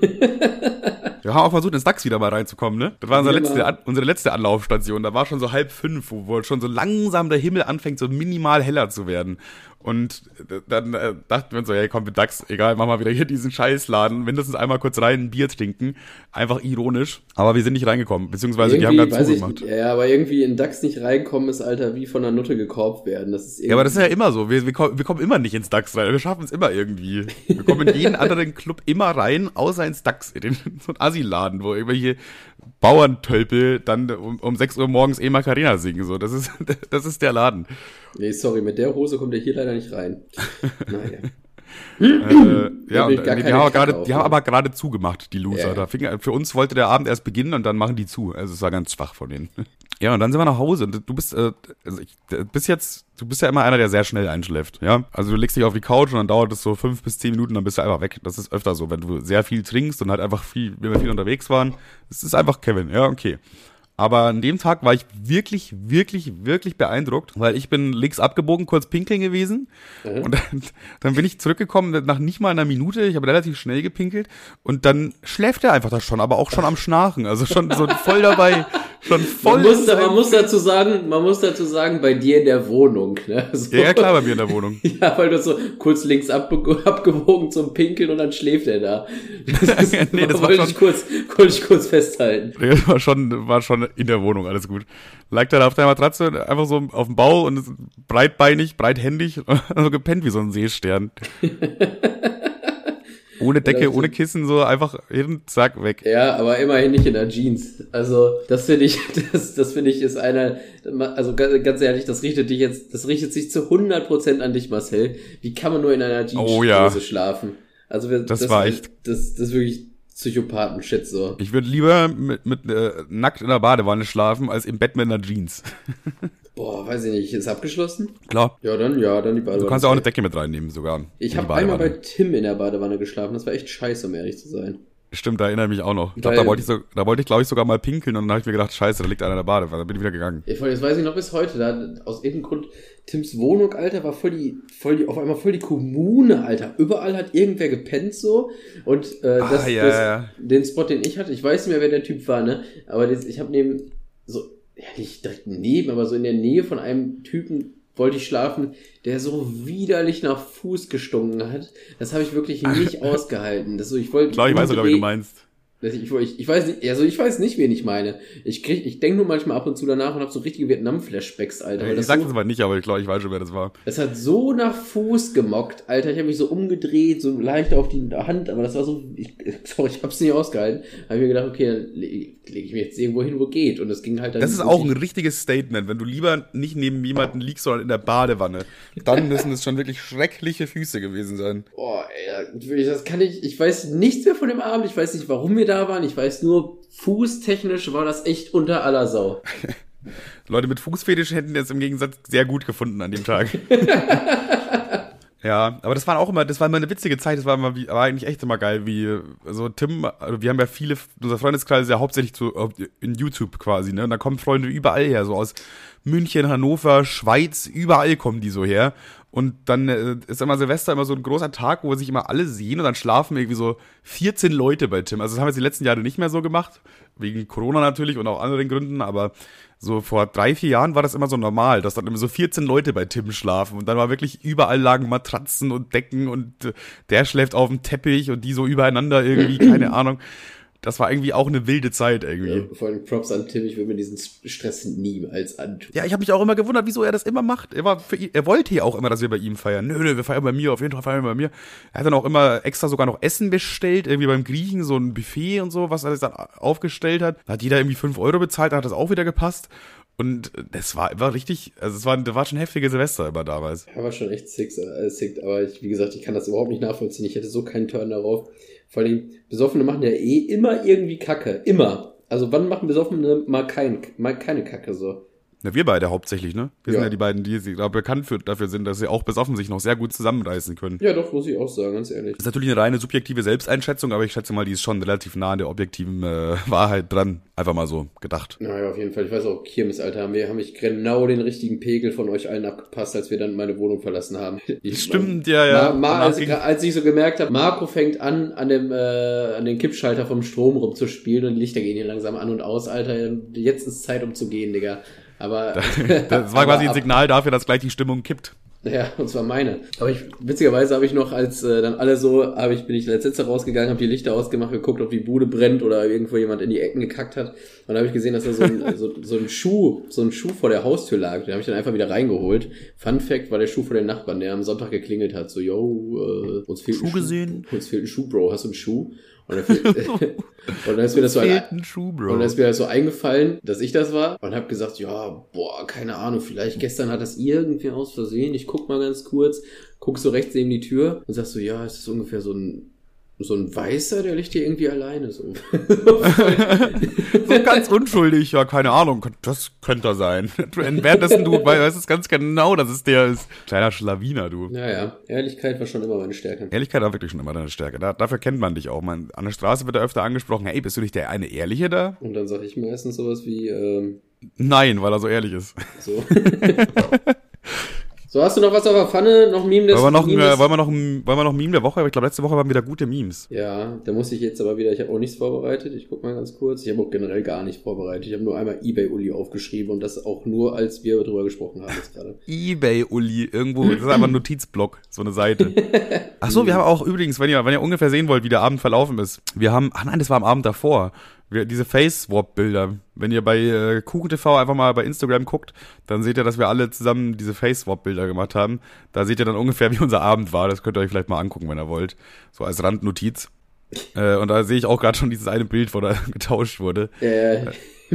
Wir haben auch versucht, ins DAX wieder mal reinzukommen, ne? Das war unsere letzte Anlaufstation. Da war schon so 4:30, wo schon so langsam der Himmel anfängt, so minimal heller zu werden. Und dann dachten wir uns so, hey, komm, mit DAX, egal, mach mal wieder hier diesen Scheißladen, mindestens einmal kurz rein, ein Bier trinken. Einfach ironisch. Aber wir sind nicht reingekommen, beziehungsweise die haben gerade zugemacht. Ja, aber irgendwie in DAX nicht reinkommen ist, Alter, wie von der Nutte gekorbt werden. Das ist ja, aber das ist ja immer so. Wir kommen immer nicht ins DAX rein. Wir schaffen es immer irgendwie. Wir kommen in jeden anderen Club immer rein, außer ins DAX, in so ein Assi-Laden, wo irgendwelche Bauerntölpel dann um 6 Uhr morgens Macarena singen. So, das ist der Laden. Nee, sorry, mit der Hose kommt der hier leider nicht rein. Naja. Ja, und die haben aber gerade zugemacht, die Loser. Ja. Für uns wollte der Abend erst beginnen und dann machen die zu. Also es war ganz schwach von denen. Ja, und dann sind wir nach Hause und du bist ja immer einer, der sehr schnell einschläft, ja? Also du legst dich auf die Couch und dann dauert es so 5 bis 10 Minuten, dann bist du einfach weg. Das ist öfter so, wenn du sehr viel trinkst und halt einfach wenn wir viel unterwegs waren. Es ist einfach Kevin, ja, okay. Aber an dem Tag war ich wirklich, wirklich, wirklich beeindruckt, weil ich bin links abgebogen, kurz pinkeln gewesen. Mhm. Und dann bin ich zurückgekommen nach nicht mal einer Minute. Ich habe relativ schnell gepinkelt. Und dann schläft er einfach da schon, aber auch schon am Schnarchen. Also schon so voll dabei. Schon voll. Man muss dazu sagen, bei dir in der Wohnung. Ne? So. Ja, klar, bei mir in der Wohnung. Ja, weil du so kurz links abgebogen zum Pinkeln und dann schläft er da. Das wollte ich kurz festhalten. Das war schon in der Wohnung, alles gut. Lag da auf der Matratze, einfach so auf dem Bauch und ist breitbeinig, breithändig, so gepennt wie so ein Seestern. Ohne Decke, ohne Kissen, so einfach hin, zack, weg. Ja, aber immerhin nicht in der Jeans. Also, das finde ich ist also ganz ehrlich, das richtet sich zu 100% an dich, Marcel. Wie kann man nur in einer Jeans schlafen? Also, das ist wirklich Psychopathen-Shit, so. Ich würde lieber mit nackt in der Badewanne schlafen, als im Bett mit einer Jeans. Boah, weiß ich nicht. Ist abgeschlossen? Klar. Ja, dann die Badewanne. Du kannst ja auch eine Decke mit reinnehmen sogar. Ich habe einmal bei Tim in der Badewanne geschlafen. Das war echt scheiße, um ehrlich zu sein. Stimmt, da erinnere ich mich auch noch. Ich glaube, da wollte ich, glaube ich, sogar mal pinkeln und dann habe ich mir gedacht, scheiße, da liegt einer in der Badewanne. Dann bin ich wieder gegangen. Ja, das weiß ich noch bis heute. Da, aus irgendeinem Grund, Tims Wohnung, Alter, war auf einmal voll die Kommune, Alter. Überall hat irgendwer gepennt so. Und den Spot, den ich hatte, ich weiß nicht mehr, wer der Typ war, ne? Aber ich habe ja nicht direkt neben, aber so in der Nähe von einem Typen wollte ich schlafen, der so widerlich nach Fuß gestunken hat. Das habe ich wirklich nicht ausgehalten. Das so, ich wollte. Klar, ich weiß sogar, wie du meinst. Ich weiß nicht, also ich weiß nicht, wen ich meine. Ich denke nur manchmal ab und zu danach und habe so richtige Vietnam-Flashbacks, Alter. Ich sag das aber nicht, aber ich glaube, ich weiß schon, wer das war. Das hat so nach Fuß gemockt, Alter. Ich habe mich so umgedreht, so leicht auf die Hand, aber das war so, ich hab's nicht ausgehalten. Habe ich mir gedacht, okay, dann lege ich mich jetzt irgendwo hin, wo geht. Und das ging halt dann. Das ist auch ein richtiges Statement, wenn du lieber nicht neben jemanden liegst, sondern in der Badewanne. Dann müssen es schon wirklich schreckliche Füße gewesen sein. Boah, ey, ich weiß nichts mehr von dem Abend, ich weiß nicht, warum wir da waren, ich weiß nur, fußtechnisch war das echt unter aller Sau. Leute mit Fußfetisch hätten das im Gegensatz sehr gut gefunden an dem Tag. Ja, aber das war immer eine witzige Zeit, das war eigentlich echt immer geil, wie, also Tim, also wir haben ja viele, unser Freundeskreis ist ja hauptsächlich in YouTube quasi, ne, und da kommen Freunde überall her, so aus München, Hannover, Schweiz, überall kommen die so her. Und dann ist immer Silvester immer so ein großer Tag, wo sich immer alle sehen und dann schlafen irgendwie so 14 Leute bei Tim. Also das haben wir jetzt die letzten Jahre nicht mehr so gemacht, wegen Corona natürlich und auch anderen Gründen, aber so vor 3-4 Jahren war das immer so normal, dass dann immer so 14 Leute bei Tim schlafen und dann war wirklich überall lagen Matratzen und Decken und der schläft auf dem Teppich und die so übereinander irgendwie, keine Ahnung. Das war irgendwie auch eine wilde Zeit irgendwie. Ja, vor allem Props an Tim, ich würde mir diesen Stress nie als antun. Ja, ich habe mich auch immer gewundert, wieso er das immer macht. Er wollte ja auch immer, dass wir bei ihm feiern. Nö, wir feiern bei mir, auf jeden Fall feiern wir bei mir. Er hat dann auch immer extra sogar noch Essen bestellt, irgendwie beim Griechen, so ein Buffet und so, was er dann aufgestellt hat. Da hat jeder irgendwie 5 Euro bezahlt, da hat das auch wieder gepasst. Und das war richtig, also das war schon heftige Silvester immer damals. Ja, war schon echt sick, aber wie gesagt, ich kann das überhaupt nicht nachvollziehen. Ich hätte so keinen Turn darauf. Vor allem, Besoffene machen ja immer irgendwie Kacke. Immer. Also wann machen Besoffene mal keine Kacke so? Na, wir beide hauptsächlich, ne? Wir sind ja die beiden, die bekannt dafür sind, dass sie auch besoffen sich noch sehr gut zusammenreißen können. Ja, doch, muss ich auch sagen, ganz ehrlich. Das ist natürlich eine reine subjektive Selbsteinschätzung, aber ich schätze mal, die ist schon relativ nah an der objektiven Wahrheit dran. Einfach mal so gedacht. Naja, auf jeden Fall. Ich weiß auch, Kirmes, Alter, haben ich genau den richtigen Pegel von euch allen abgepasst, als wir dann meine Wohnung verlassen haben. Stimmt, ja. Als ich so gemerkt habe, Marco fängt an den Kippschalter vom Strom rumzuspielen und die Lichter gehen hier langsam an und aus, Alter. Jetzt ist Zeit, um zu gehen, Digga. Aber das war quasi ein Signal dafür, dass gleich die Stimmung kippt. Ja, und zwar meine. Aber witzigerweise habe ich noch, als dann alle so, bin ich als letzter rausgegangen, habe die Lichter ausgemacht, geguckt, ob die Bude brennt oder irgendwo jemand in die Ecken gekackt hat. Und dann habe ich gesehen, dass da so ein Schuh vor der Haustür lag. Den habe ich dann einfach wieder reingeholt. Fun Fact war der Schuh von den Nachbarn, der am Sonntag geklingelt hat. So, uns fehlt Schuh gesehen. Uns fehlt ein Schuh, Bro. Hast du einen Schuh? Und dann ist mir das so eingefallen, dass ich das war und habe gesagt, ja, keine Ahnung, vielleicht gestern hat das irgendwie aus Versehen, ich guck mal ganz kurz, guck so rechts neben die Tür und sagst so, ja, ist das ungefähr so ein Weißer, der liegt hier irgendwie alleine so. So ganz unschuldig, ja, keine Ahnung, das könnte er sein. Währenddessen du weißt es ganz genau, dass es der ist. Kleiner Schlawiner, du. Ja, Ehrlichkeit war schon immer meine Stärke. Ehrlichkeit war wirklich schon immer deine Stärke. Dafür kennt man dich auch. An der Straße wird da öfter angesprochen, hey, bist du nicht der eine Ehrliche da? Und dann sage ich meistens sowas wie, nein, weil er so ehrlich ist. So. So, hast du noch was auf der Pfanne? Noch Meme des Wollen wir noch Meme der Woche? Ich glaube, letzte Woche waren wieder gute Memes. Ja, da muss ich jetzt aber wieder, ich habe auch nichts vorbereitet. Ich guck mal ganz kurz. Ich habe auch generell gar nicht vorbereitet. Ich habe nur einmal eBay-Uli aufgeschrieben und das auch nur, als wir darüber gesprochen haben jetzt gerade. eBay-Uli, irgendwo, das ist einfach ein Notizblock, so eine Seite. Ach so, wir haben auch übrigens, wenn ihr ungefähr sehen wollt, wie der Abend verlaufen ist. Das war am Abend davor. Diese Face-Swap-Bilder. Wenn ihr bei KuchenTV einfach mal bei Instagram guckt, dann seht ihr, dass wir alle zusammen diese Face-Swap-Bilder gemacht haben. Da seht ihr dann ungefähr, wie unser Abend war. Das könnt ihr euch vielleicht mal angucken, wenn ihr wollt. So als Randnotiz. Und da sehe ich auch gerade schon dieses eine Bild, wo da getauscht wurde. Ja.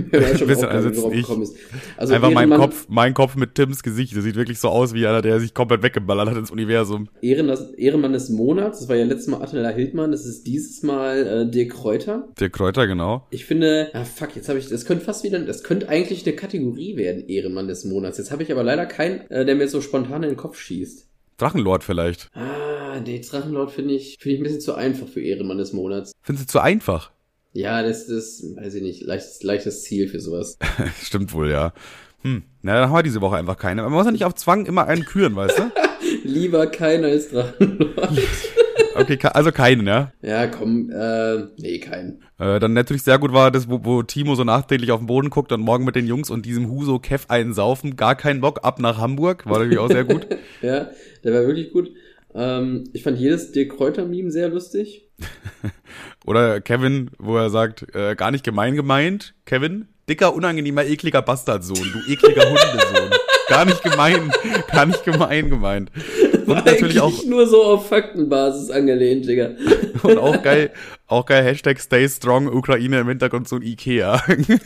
Also einfach mein Kopf mit Tims Gesicht. Das sieht wirklich so aus wie einer, der sich komplett weggeballert hat ins Universum. Ehrenmann des Monats, das war ja letztes Mal Attila Hildmann, das ist dieses Mal Dirk Kräuter. Dirk Kräuter, genau. Ich finde, das könnte eigentlich eine Kategorie werden, Ehrenmann des Monats. Jetzt habe ich aber leider keinen, der mir so spontan in den Kopf schießt. Drachenlord vielleicht. Nee, Drachenlord finde ich ein bisschen zu einfach für Ehrenmann des Monats. Findest du zu einfach? Ja, das weiß ich nicht, leichtes Ziel für sowas. Stimmt wohl, ja. Na, dann haben wir diese Woche einfach keine. Man muss ja nicht auf Zwang immer einen küren, weißt du? Lieber keiner als Drachenlord. Okay, also keinen, ja? Ja, komm, nee, keinen. Dann natürlich sehr gut war das, wo Timo so nachträglich auf den Boden guckt und morgen mit den Jungs und diesem Huso Kev einen saufen. Gar keinen Bock, ab nach Hamburg. War natürlich auch sehr gut. Ja, der war wirklich gut. Ich fand jedes Dirk Kräuter-Meme sehr lustig. Oder Kevin, wo er sagt, gar nicht gemeint, Kevin, dicker, unangenehmer, ekliger Bastardsohn, du ekliger Hundesohn. Gar nicht gemeint. Und war natürlich auch nur so auf Faktenbasis angelehnt, Digga. Und auch geil, Hashtag Stay Strong, Ukraine im Hintergrund so ein Ikea.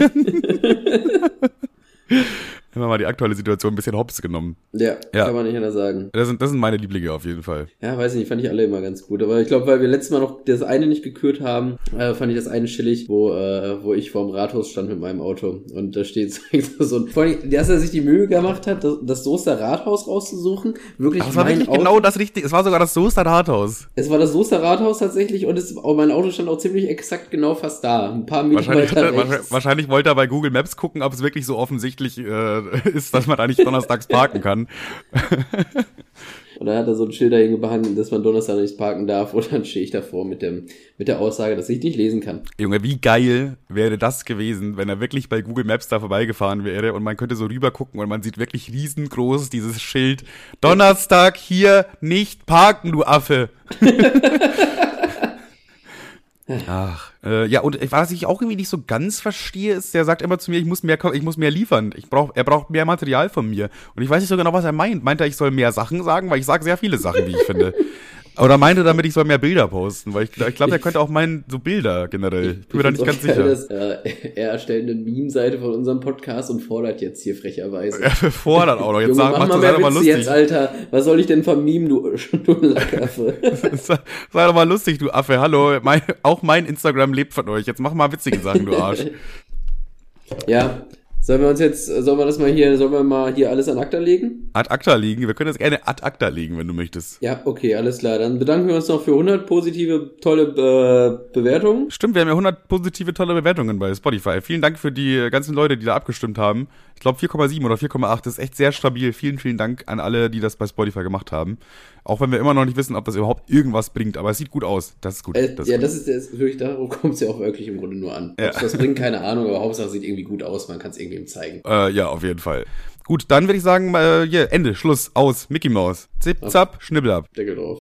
Immer mal die aktuelle Situation ein bisschen hops genommen. Ja, kann man nicht anders sagen. Das sind meine Lieblinge auf jeden Fall. Ja, weiß nicht, fand ich alle immer ganz gut. Aber ich glaube, weil wir letztes Mal noch das eine nicht gekürt haben, fand ich das eine chillig, wo ich vorm Rathaus stand mit meinem Auto. Und da steht so ein, vor allem, dass er sich die Mühe gemacht hat, das Soester Rathaus rauszusuchen. Wirklich aber es war wirklich Auto. Genau das Richtige. Es war sogar das Soester Rathaus. Es war das Soester Rathaus tatsächlich und mein Auto stand auch ziemlich exakt genau fast da. Ein paar Meter weiter rechts. Wahrscheinlich wollte er bei Google Maps gucken, ob es wirklich so offensichtlich ist, dass man da nicht donnerstags parken kann. Und dann hat er so ein Schild dahin behangen, dass man Donnerstag nicht parken darf. Und dann stehe ich davor mit der Aussage, dass ich nicht lesen kann. Junge, wie geil wäre das gewesen, wenn er wirklich bei Google Maps da vorbeigefahren wäre und man könnte so rüber gucken und man sieht wirklich riesengroß dieses Schild. Donnerstag hier nicht parken, du Affe. Ach, ja, und was ich auch irgendwie nicht so ganz verstehe, ist, der sagt immer zu mir, ich muss mehr liefern. Er braucht mehr Material von mir. Und ich weiß nicht so genau, was er meint. Meint er, ich soll mehr Sachen sagen? Weil ich sage sehr viele Sachen, wie ich finde. Oder meinte damit, ich soll mehr Bilder posten? Weil ich glaube, er könnte auch meinen, so Bilder generell. Ich bin mir da nicht ganz sicher. Er erstellt eine Meme-Seite von unserem Podcast und fordert jetzt hier frecherweise. Er fordert auch noch. Jetzt Junge, mach mal lustig. Jetzt, Alter. Was soll ich denn von Meme, du Lackaffe? Sei doch mal lustig, du Affe. Hallo. Auch mein Instagram lebt von euch. Jetzt mach mal witzige Sachen, du Arsch. Ja. Sollen wir mal hier alles an acta legen? Ad acta legen? Wir können das gerne ad acta legen, wenn du möchtest. Ja, okay, alles klar. Dann bedanken wir uns noch für 100 positive, tolle Bewertungen. Stimmt, wir haben ja 100 positive, tolle Bewertungen bei Spotify. Vielen Dank für die ganzen Leute, die da abgestimmt haben. Ich glaube 4,7 oder 4,8 ist echt sehr stabil. Vielen, vielen Dank an alle, die das bei Spotify gemacht haben. Auch wenn wir immer noch nicht wissen, ob das überhaupt irgendwas bringt. Aber es sieht gut aus. Das ist gut. Das ist wirklich, darauf kommt es ja auch wirklich im Grunde nur an. Ja. Das bringt keine Ahnung, aber Hauptsache sieht irgendwie gut aus. Man kann es irgendwem zeigen. Ja, auf jeden Fall. Gut, dann würde ich sagen, Ende, Schluss, aus, Mickey Mouse. Zip, zap, schnibbel ab. Deckel drauf.